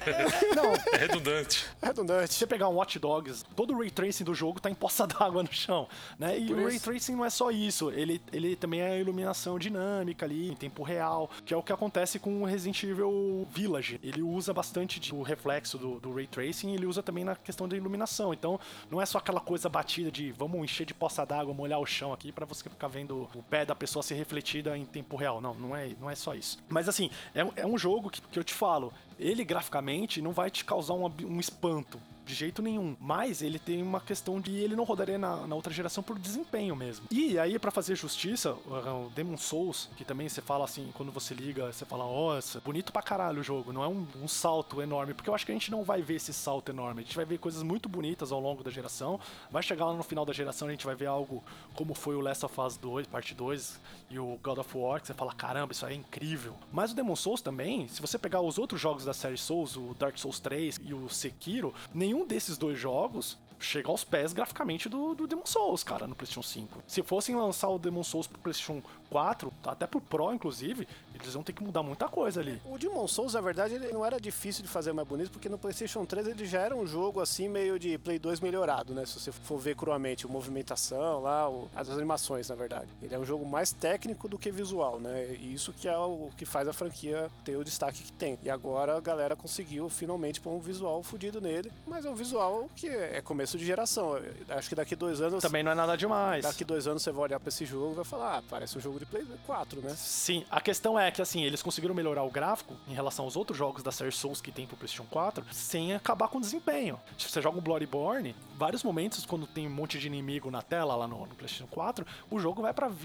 É redundante. É redundante. Se você pegar um Watch Dogs, todo o Ray Tracing do jogo tá em poça d'água no chão, né? E o Ray Tracing não é só isso, ele também é a iluminação dinâmica ali, em tempo real, que é o que acontece com o Resident Evil Village. Ele usa bastante o reflexo do Ray Tracing e ele usa também na questão da iluminação. Então, não é só aquela coisa batida de vamos encher de poça d'água, molhar o chão aqui pra você ficar vendo o pé da pessoa ser refletida em tempo real. Não é só isso. Mas assim, é um jogo que eu te falo, ele graficamente não vai te causar um espanto. De jeito nenhum. Mas ele tem uma questão de ele não rodaria na outra geração por desempenho mesmo. E aí, pra fazer justiça, o Demon's Souls, que também você fala assim, quando você liga, você fala, nossa, bonito pra caralho o jogo. Não é um salto enorme, porque eu acho que a gente não vai ver esse salto enorme. A gente vai ver coisas muito bonitas ao longo da geração. Vai chegar lá no final da geração, a gente vai ver algo como foi o Last of Us 2, parte 2, e o God of War, que você fala, caramba, isso aí é incrível. Mas o Demon's Souls também, se você pegar os outros jogos da série Souls, o Dark Souls 3 e o Sekiro, nenhum desses dois jogos chega aos pés graficamente do Demon's Souls, cara, no PlayStation 5. Se fossem lançar o Demon's Souls pro PlayStation 4, até pro Pro, inclusive, eles vão ter que mudar muita coisa ali. O Demon's Souls, na verdade, ele não era difícil de fazer mais bonito, porque no PlayStation 3 ele já era um jogo assim, meio de Play 2 melhorado, né? Se você for ver cruamente, a movimentação lá, as animações, na verdade. Ele é um jogo mais técnico do que visual, né? E isso que é o que faz a franquia ter o destaque que tem. E agora a galera conseguiu finalmente pôr um visual fudido nele, mas é um visual que é começo de geração. Eu acho que daqui 2 anos... Também não é nada demais. Daqui 2 anos você vai olhar pra esse jogo e vai falar, parece um jogo de Play 4, né? Sim, a questão é que, assim, eles conseguiram melhorar o gráfico em relação aos outros jogos da série Souls que tem pro PlayStation 4, sem acabar com o desempenho. Se você joga um Bloodborne, vários momentos, quando tem um monte de inimigo na tela lá no PlayStation 4, o jogo vai pra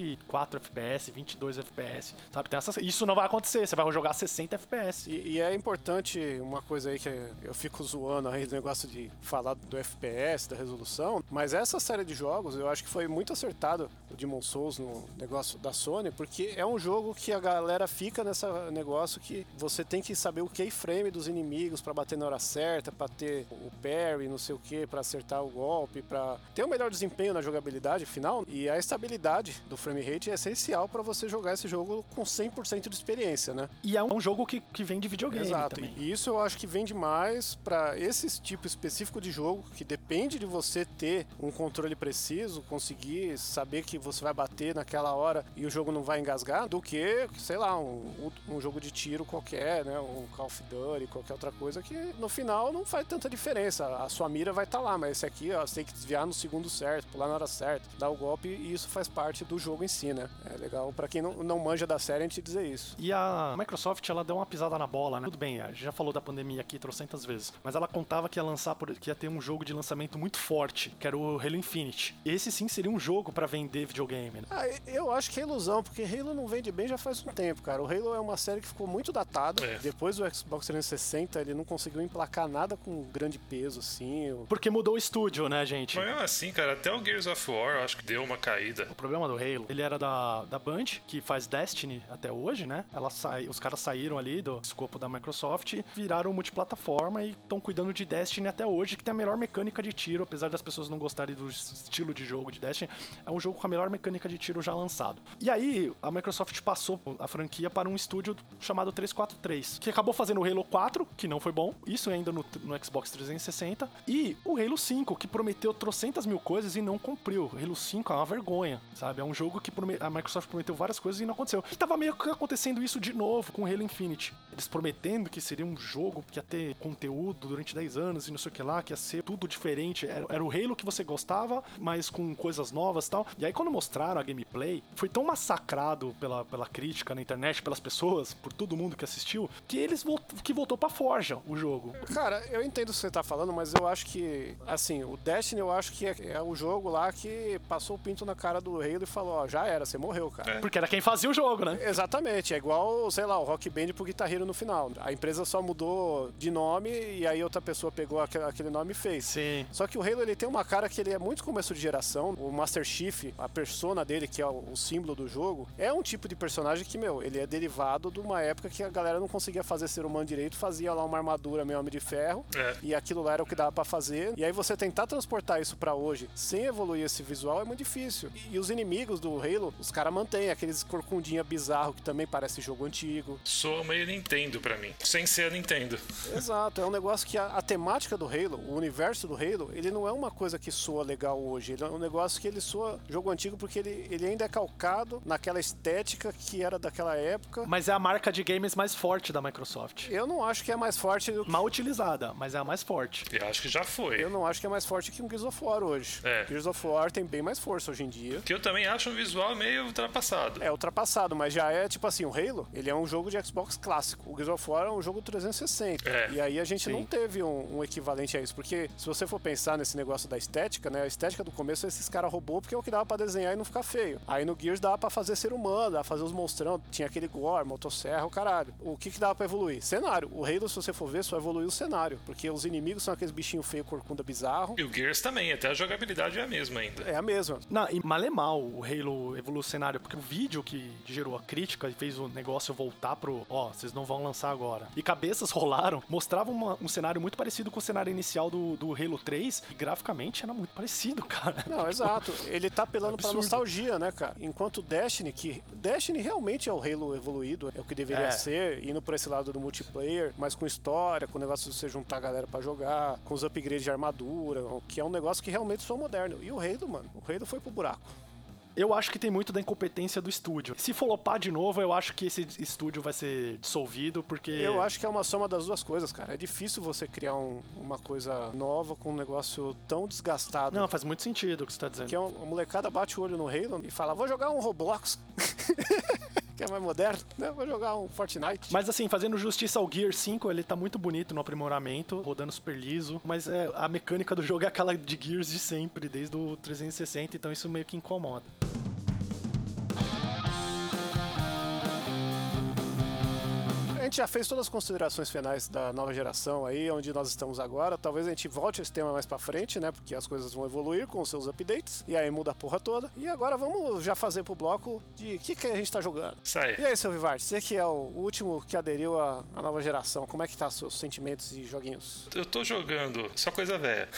24 FPS, 22 FPS, sabe? Isso não vai acontecer, você vai jogar 60 FPS. E é importante uma coisa aí que eu fico zoando aí, o negócio de falar do FPS, da resolução, mas essa série de jogos eu acho que foi muito acertado o Demon's Souls no negócio da Sony, porque é um jogo que a galera fica nesse negócio que você tem que saber o keyframe dos inimigos pra bater na hora certa, pra ter o parry, não sei o que, pra acertar o golpe, pra ter um melhor desempenho na jogabilidade final, e a estabilidade do frame rate é essencial pra você jogar esse jogo com 100% de experiência, né? E é um jogo que vem de videogame. Exato, também. E isso eu acho que vende mais pra esse tipo específico de jogo, que depende de você ter um controle preciso, conseguir saber que você vai bater naquela hora e o jogo não vai engasgar, do que, sei lá, um jogo de tiro qualquer, né? Um Call of Duty, qualquer outra coisa, que no final não faz tanta diferença. A sua mira vai estar lá, mas esse aqui, ó, você tem que desviar no segundo certo, pular na hora certa, dar o golpe, e isso faz parte do jogo em si, né? É legal pra quem não manja da série a gente dizer isso. E a Microsoft, ela deu uma pisada na bola, né? Tudo bem, a gente já falou da pandemia aqui trocentas vezes, mas ela contava que ia ter um jogo de lançamento muito forte, que era o Halo Infinite. Esse sim seria um jogo pra vender videogame, né? Eu acho que é ilusão, porque Halo não vende bem já faz um tempo, cara. O Halo é uma série que ficou muito datada. Depois do Xbox 360, ele não conseguiu emplacar nada com grande peso, assim. Porque mudou o estúdio, né, gente? Mas assim, cara, até o Gears of War eu acho que deu uma caída. O problema do Halo, ele era da Band, que faz Destiny até hoje, né? Os caras saíram ali do escopo da Microsoft, viraram multiplataforma e estão cuidando de Destiny até hoje, que tem a melhor mecânica de tiro, apesar das pessoas não gostarem do estilo de jogo de Destiny, é um jogo com a melhor mecânica de tiro já lançado. E aí, a Microsoft passou a franquia para um estúdio chamado 343, que acabou fazendo o Halo 4, que não foi bom, isso ainda no Xbox 360, e o Halo 5, que prometeu trocentas mil coisas e não cumpriu. O Halo 5 é uma vergonha, sabe? É um jogo que a Microsoft prometeu várias coisas e não aconteceu. E tava meio que acontecendo isso de novo com o Halo Infinite. Eles prometendo que seria um jogo que ia ter conteúdo durante 10 anos e não sei o que lá, que ia ser tudo diferente. Era o Halo que você gostava, mas com coisas novas e tal. E aí quando mostraram a gameplay, foi tão massacrado pela crítica na internet, pelas pessoas, por todo mundo que assistiu, que voltou pra Forja o jogo. Cara, eu entendo o que você tá falando, mas eu acho que, assim, o Destiny eu acho que é o jogo lá que passou o pinto na cara do Halo e falou, ó, já era, você morreu, cara. Porque era quem fazia o jogo, né? Exatamente, é igual, sei lá, o Rock Band pro Guitar Hero no final. A empresa só mudou de nome e aí outra pessoa pegou aquele nome e fez. Sim. Só que o Halo, ele tem uma cara que ele é muito começo de geração. O Master Chief, a persona dele, que é o símbolo do jogo, é um tipo de personagem que, ele é derivado de uma época que a galera não conseguia fazer ser humano direito, fazia lá uma armadura meio Homem de Ferro, e aquilo lá era o que dava pra fazer. E aí você tentar transportar isso pra hoje, sem evoluir esse visual, é muito difícil. E os inimigos do Halo, os caras mantêm aqueles corcundinha bizarro que também parece jogo antigo. Soa meio Nintendo pra mim, sem ser a Nintendo. Exato, é um negócio que a temática do Halo, o universo do Halo, ele não é uma coisa que soa legal hoje, ele é um negócio que ele soa jogo antigo porque ele ainda é calcado naquela estética que era daquela época. Mas é a marca de games mais forte da Microsoft. Eu não acho que é mais forte do que... Mal utilizada, mas é a mais forte. Eu acho que já foi. Eu não acho que é mais forte que um Gears of War hoje. Gears of War tem bem mais força hoje em dia. Que eu também acho um visual meio ultrapassado. É ultrapassado, mas já é tipo assim, o Halo, ele é um jogo de Xbox clássico. O Gears of War é um jogo 360. E aí a gente não teve um equivalente a isso, porque se você for pensar nesse negócio da estética, né, a estética do começo esses caras roubou porque é o que dava pra desenhar e não ficar feio. Aí no Gears dava pra fazer ser humano, dava pra fazer os monstrão, tinha aquele gore, motosserra, o caralho. O que dava pra evoluir? Cenário. O Halo, se você for ver, só evoluiu o cenário, porque os inimigos são aqueles bichinhos feios, corcunda bizarro. E o Gears também, até a jogabilidade é a mesma ainda. É a mesma. Não, e mal é mal o Halo evoluiu o cenário, porque o vídeo que gerou a crítica e fez o negócio voltar pro, vocês não vão lançar agora. E cabeças rolaram, mostrava um cenário muito parecido com o cenário inicial do Halo 3, e graficamente era muito parecido, cara. Não, exato. Ele tá apelando pra nostalgia, né, cara? Enquanto Destiny realmente é o Halo evoluído, é o que deveria ser, indo por esse lado do multiplayer, mas com história, com o negócio de você juntar a galera pra jogar, com os upgrades de armadura, que é um negócio que realmente sou moderno. E o Halo, mano, o Halo foi pro buraco. Eu acho que tem muito da incompetência do estúdio. Se flopar de novo, eu acho que esse estúdio vai ser dissolvido, porque... Eu acho que é uma soma das duas coisas, cara. É difícil você criar uma coisa nova com um negócio tão desgastado. Não, faz muito sentido o que você tá dizendo. Que a molecada bate o olho no Halo e fala, vou jogar um Roblox. que é mais moderno, né? Vou jogar um Fortnite. Mas assim, fazendo justiça ao Gear 5, ele tá muito bonito no aprimoramento, rodando super liso, mas a mecânica do jogo é aquela de Gears de sempre, desde o 360, então isso meio que incomoda. A gente já fez todas as considerações finais da nova geração aí, onde nós estamos agora. Talvez a gente volte esse tema mais pra frente, né? Porque as coisas vão evoluir com os seus updates. E aí muda a porra toda. E agora vamos já fazer pro bloco de o que a gente tá jogando. Isso aí. E aí, seu Vivarte, você que é o último que aderiu à nova geração, como é que tá seus sentimentos e joguinhos? Eu tô jogando só coisa velha.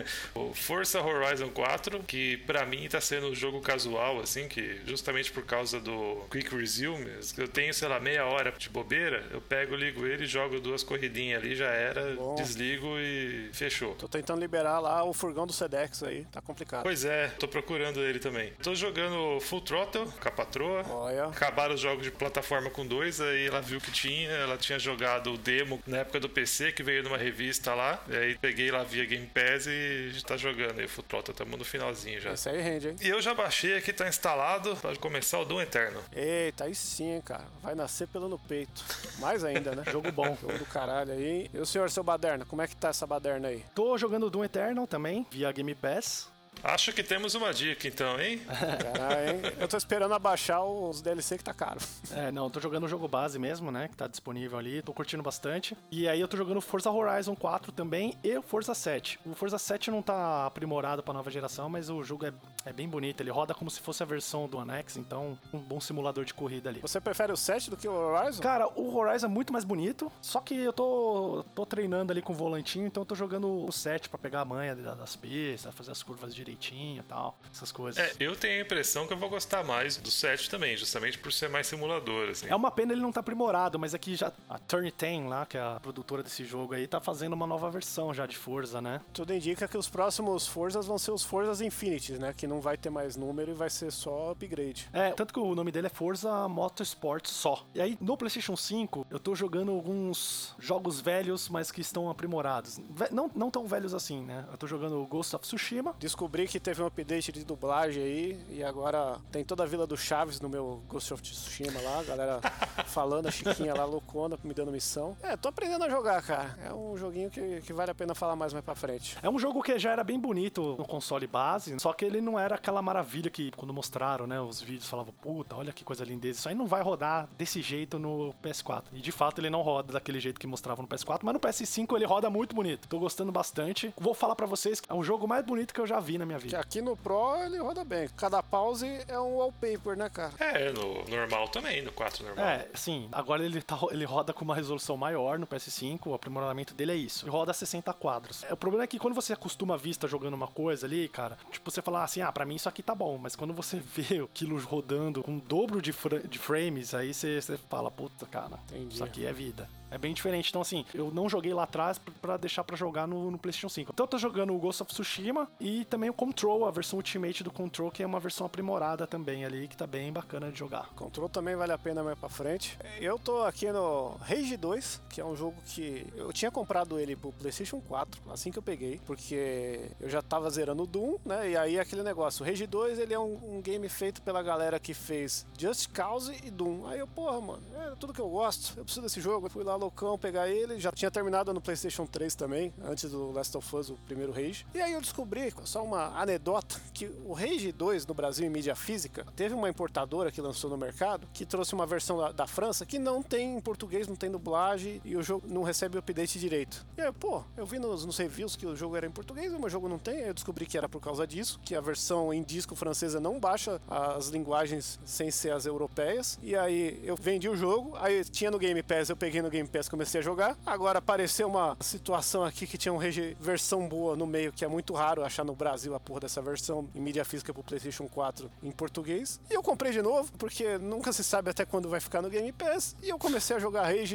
O Forza Horizon 4, que pra mim tá sendo um jogo casual, assim, que justamente por causa do Quick Resume, eu tenho, sei lá, meia hora de bobeira, eu pego, ligo ele, jogo 2 corridinhas ali, já era, Bom. Desligo e fechou. Tô tentando liberar lá o furgão do Sedex aí, tá complicado. Pois é, tô procurando ele também. Tô jogando Full Throttle com a patroa. Olha. Acabaram os jogos de plataforma com 2, aí ela viu que ela tinha jogado o demo na época do PC, que veio numa revista lá, e aí peguei lá via Game Pass e a gente tá jogando aí Full Throttle, tamo no finalzinho já. Esse aí rende, hein? E eu já baixei aqui, tá instalado, pra começar o Doom Eternal. Eita, aí sim, hein, cara. Vai nascer pelo no peito. Mais ainda, né? Jogo bom. Jogo do caralho aí. E o senhor, seu baderna, como é que tá essa baderna aí? Tô jogando Doom Eternal também, via Game Pass. Acho que temos uma dica então, hein? Caralho, hein? Eu tô esperando abaixar os DLC que tá caro. Não, tô jogando o jogo base mesmo, né, que tá disponível ali, tô curtindo bastante. E aí eu tô jogando Forza Horizon 4 também e o Forza 7. O Forza 7 não tá aprimorado pra nova geração, mas o jogo é bem bonito, ele roda como se fosse a versão do One X, então um bom simulador de corrida ali. Você prefere o 7 do que o Horizon? Cara, o Horizon é muito mais bonito, só que eu tô treinando ali com o volantinho, então eu tô jogando o 7 pra pegar a manha das pistas, fazer as curvas direitinho e tal, essas coisas. Eu tenho a impressão que eu vou gostar mais do 7 também, justamente por ser mais simulador, assim. É uma pena ele não tá aprimorado, mas aqui já a Turn 10 lá, que é a produtora desse jogo aí, tá fazendo uma nova versão já de Forza, né? Tudo indica que os próximos Forzas vão ser os Forzas Infinity, né? Que não vai ter mais número e vai ser só upgrade. Tanto que o nome dele é Forza Motorsport só. E aí, no PlayStation 5, eu tô jogando alguns jogos velhos, mas que estão aprimorados. Não tão velhos assim, né? Eu tô jogando Ghost of Tsushima. Descobri que teve um update de dublagem aí e agora tem toda a Vila do Chaves no meu Ghost of Tsushima lá, a galera falando, a Chiquinha lá loucona, me dando missão. Tô aprendendo a jogar, cara. É um joguinho que vale a pena falar mais pra frente. É um jogo que já era bem bonito no console base, só que ele não era aquela maravilha que quando mostraram, né, os vídeos falavam, puta, olha que coisa linda, isso aí não vai rodar desse jeito no PS4. E de fato ele não roda daquele jeito que mostrava no PS4, mas no PS5 ele roda muito bonito. Tô gostando bastante. Vou falar pra vocês que é um jogo mais bonito que eu já vi na minha vida. Que aqui no Pro ele roda bem. Cada pause é um wallpaper, né, cara? No normal também, no 4 normal. Sim. Agora ele roda com uma resolução maior no PS5, o aprimoramento dele é isso. Ele roda a 60 quadros. O problema é que quando você acostuma a vista jogando uma coisa ali, cara, tipo, você fala assim, pra mim isso aqui tá bom, mas quando você vê aquilo rodando com o dobro de frames, aí você fala, puta, cara, Entendi. Isso aqui é vida. É bem diferente. Então, assim, eu não joguei lá atrás pra deixar pra jogar no PlayStation 5. Então, eu tô jogando o Ghost of Tsushima e também o Control, a versão Ultimate do Control, que é uma versão aprimorada também ali, que tá bem bacana de jogar. Control também vale a pena mais pra frente. Eu tô aqui no Rage 2, que é um jogo que eu tinha comprado ele pro PlayStation 4, assim que eu peguei, porque eu já tava zerando o Doom, né? E aí aquele negócio, o Rage 2, ele é um game feito pela galera que fez Just Cause e Doom. Aí eu, porra, mano, é tudo que eu gosto, eu preciso desse jogo. Eu fui lá loucão pegar ele, já tinha terminado no PlayStation 3 também, antes do Last of Us, o primeiro Rage. E aí eu descobri, só uma anedota, que o Rage 2 no Brasil em mídia física, teve uma importadora que lançou no mercado, que trouxe uma versão da França que não tem em português, não tem dublagem e o jogo não recebe o update direito. E aí, eu vi nos reviews que o jogo era em português, mas o jogo não tem, aí eu descobri que era por causa disso, que a versão em disco francesa não baixa as linguagens sem ser as europeias. E aí eu vendi o jogo, aí tinha no Game Pass, eu peguei no Game Pass, comecei a jogar. Agora apareceu uma situação aqui que tinha versão boa no meio, que é muito raro achar no Brasil a porra dessa versão em mídia física pro PlayStation 4 em português. E eu comprei de novo, porque nunca se sabe até quando vai ficar no Game Pass. E eu comecei a jogar Rage.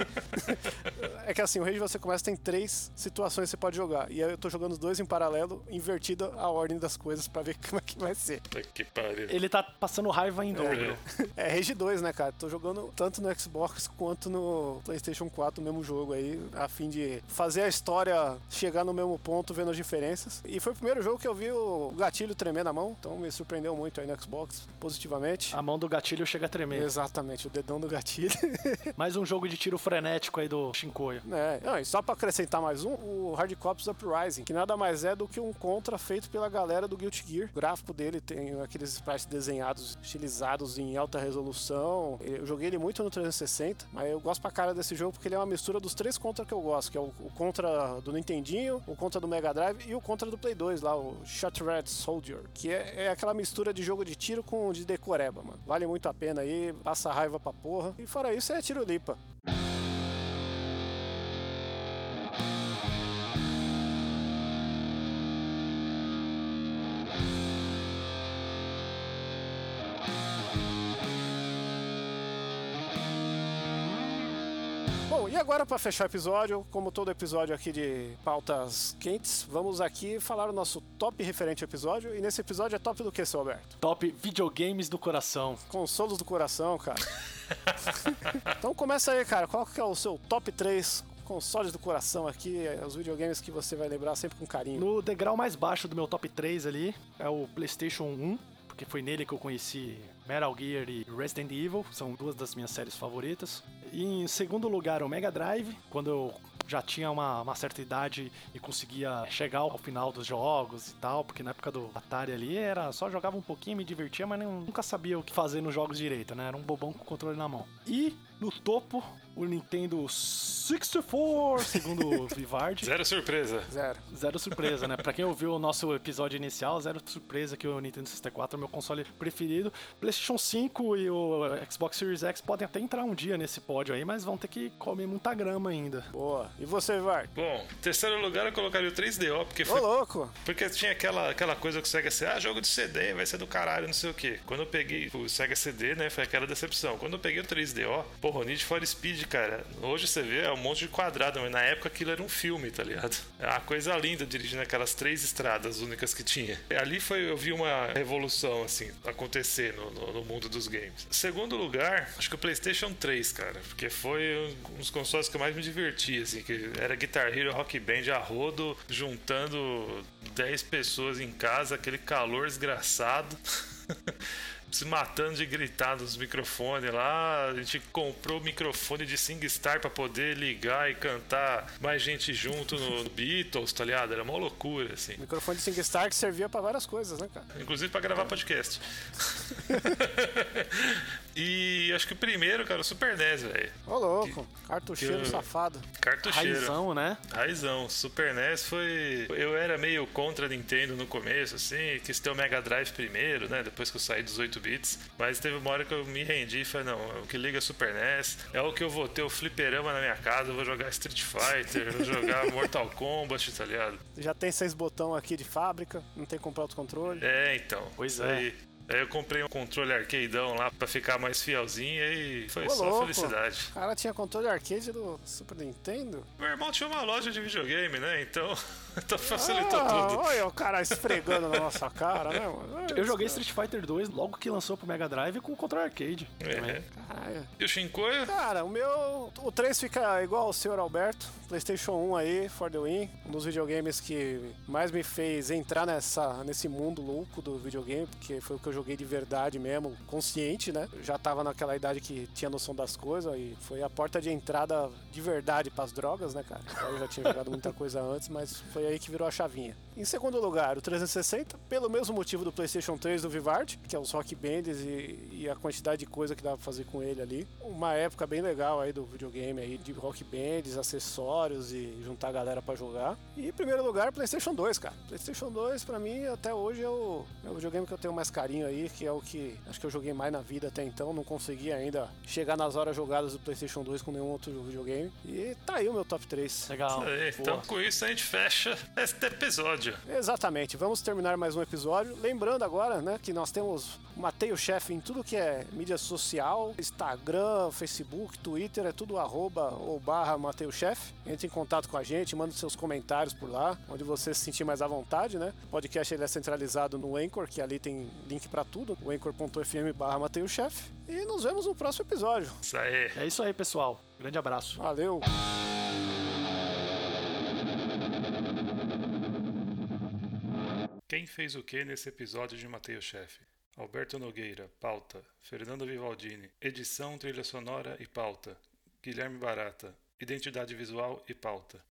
É que assim, o Rage você começa, tem 3 situações que você pode jogar. E aí eu tô jogando os 2 em paralelo, invertida a ordem das coisas pra ver como é que vai ser. Que pariu. Ele tá passando raiva em dobro. É Rage 2, né, cara? Tô jogando tanto no Xbox quanto no PlayStation 4. 64 no mesmo jogo aí, a fim de fazer a história chegar no mesmo ponto, vendo as diferenças. E foi o primeiro jogo que eu vi o gatilho tremer na mão, então me surpreendeu muito aí no Xbox, positivamente. A mão do gatilho chega a tremer. Exatamente, o dedão do gatilho. Mais um jogo de tiro frenético aí do Shinkoio. Não, e só pra acrescentar mais um, o Hard Corps Uprising, que nada mais é do que um Contra feito pela galera do Guilty Gear. O gráfico dele tem aqueles sprites desenhados, estilizados em alta resolução. Eu joguei ele muito no 360, mas eu gosto pra cara desse jogo porque ele é uma mistura dos 3 Contra que eu gosto, que é o Contra do Nintendinho, o Contra do Mega Drive e o Contra do Play 2 lá, o Shattered Soldier, que é aquela mistura de jogo de tiro com de decoreba, mano. Vale muito a pena aí, passa raiva pra porra. E fora isso é tiro lipa. Bom, e agora para fechar o episódio, como todo episódio aqui de pautas quentes, vamos aqui falar o nosso top referente ao episódio. E nesse episódio é top do que, seu Alberto? Top videogames do coração. Consolos do coração, cara. Então começa aí, cara. Qual que é o seu top 3 consoles do coração aqui, os videogames que você vai lembrar sempre com carinho? No degrau mais baixo do meu top 3 ali é o PlayStation 1, porque foi nele que eu conheci Metal Gear e Resident Evil, são duas das minhas séries favoritas. E em segundo lugar, o Mega Drive, quando eu já tinha uma certa idade e conseguia chegar ao final dos jogos e tal, porque na época do Atari ali era só jogava um pouquinho, me divertia, mas nunca sabia o que fazer nos jogos direito, né? Era um bobão com o controle na mão. E no topo, o Nintendo 64, segundo o Vivardi. Zero surpresa. Zero surpresa, né? Pra quem ouviu o nosso episódio inicial, zero surpresa que o Nintendo 64 é o meu console preferido. PlayStation 5 e o Xbox Series X podem até entrar um dia nesse pódio aí, mas vão ter que comer muita grama ainda. Boa. E você, Vivardi? Bom, terceiro lugar eu colocaria o 3DO, porque Ô, foi... louco! Porque tinha aquela coisa que o Sega CD, jogo de CD, vai ser do caralho, não sei o quê. Quando eu peguei o Sega CD, né, foi aquela decepção. Quando eu peguei o 3DO, porra, o Need for Speed, cara, hoje você vê, é um monte de quadrado, mas na época aquilo era um filme, tá ligado? É uma coisa linda dirigindo aquelas 3 estradas únicas que tinha. Ali eu vi uma revolução, assim, acontecer no mundo dos games. Segundo lugar, acho que o PlayStation 3, cara, porque foi um dos consoles que eu mais me diverti, assim, que era Guitar Hero, Rock Band a rodo, juntando 10 pessoas em casa, aquele calor desgraçado. Se matando de gritar nos microfones lá. A gente comprou o microfone de SingStar pra poder ligar e cantar mais gente junto no Beatles, tá ligado? Era uma loucura, assim. O microfone de SingStar que servia pra várias coisas, né, cara? Inclusive pra gravar podcast. E acho que o primeiro, cara, o Super NES, velho. Ô, louco. Cartucheiro safado. Cartucheiro. Raizão, né? Raizão. Super NES foi... Eu era meio contra a Nintendo no começo, assim. Quis ter o Mega Drive primeiro, né? Depois que eu saí dos 8 bits. Mas teve uma hora que eu me rendi e falei, não, o que liga é Super NES. É o que eu vou ter o fliperama na minha casa. Eu vou jogar Street Fighter, vou jogar Mortal Kombat, tá ligado? Já tem 6 botões aqui de fábrica. Não tem que comprar outro controle. É, então. Pois aí eu comprei um controle arcadeão lá pra ficar mais fielzinho e foi só louco. felicidade. O cara tinha controle arcade do Super Nintendo? Meu irmão tinha uma loja de videogame, né? Então facilitou tudo. Olha o cara esfregando na nossa cara, né, mano? Eu joguei Street Fighter 2 logo que lançou pro Mega Drive com o controle arcade. É. Caralho. E o Shinkoio? Cara, o 3 fica igual ao senhor Alberto. PlayStation 1 aí, for the win. Um dos videogames que mais me fez entrar nesse mundo louco do videogame, porque foi o que eu joguei de verdade mesmo, consciente, né? Eu já tava naquela idade que tinha noção das coisas e foi a porta de entrada de verdade pras drogas, né, cara? Eu já tinha jogado muita coisa antes, mas foi aí que virou a chavinha. Em segundo lugar, o 360, pelo mesmo motivo do PlayStation 3 do Vivardi, que é os Rock Bands e a quantidade de coisa que dá pra fazer com ele ali. Uma época bem legal aí do videogame aí, de Rock Bands, acessórios e juntar a galera pra jogar. E em primeiro lugar, PlayStation 2, cara. PlayStation 2, pra mim, até hoje é o videogame que eu tenho mais carinho aí, que é o que acho que eu joguei mais na vida até então. Não consegui ainda chegar nas horas jogadas do PlayStation 2 com nenhum outro videogame. E tá aí o meu top 3. Legal. Então com isso a gente fecha este episódio. Exatamente, vamos terminar mais um episódio. Lembrando agora, né, que nós temos o Matei Chef em tudo que é mídia social, Instagram, Facebook, Twitter, é tudo @Matei Chef. Entre em contato com a gente, manda seus comentários por lá, onde você se sentir mais à vontade, né? O podcast ele é centralizado no Anchor, que ali tem link pra tudo, o anchor.fm/Matei Chef. E nos vemos no próximo episódio. Isso aí. É isso aí, pessoal. Grande abraço. Valeu! Quem fez o que nesse episódio de Matei o Chefe? Alberto Nogueira, pauta. Fernando Vivaldini, edição, trilha sonora e pauta. Guilherme Barata, identidade visual e pauta.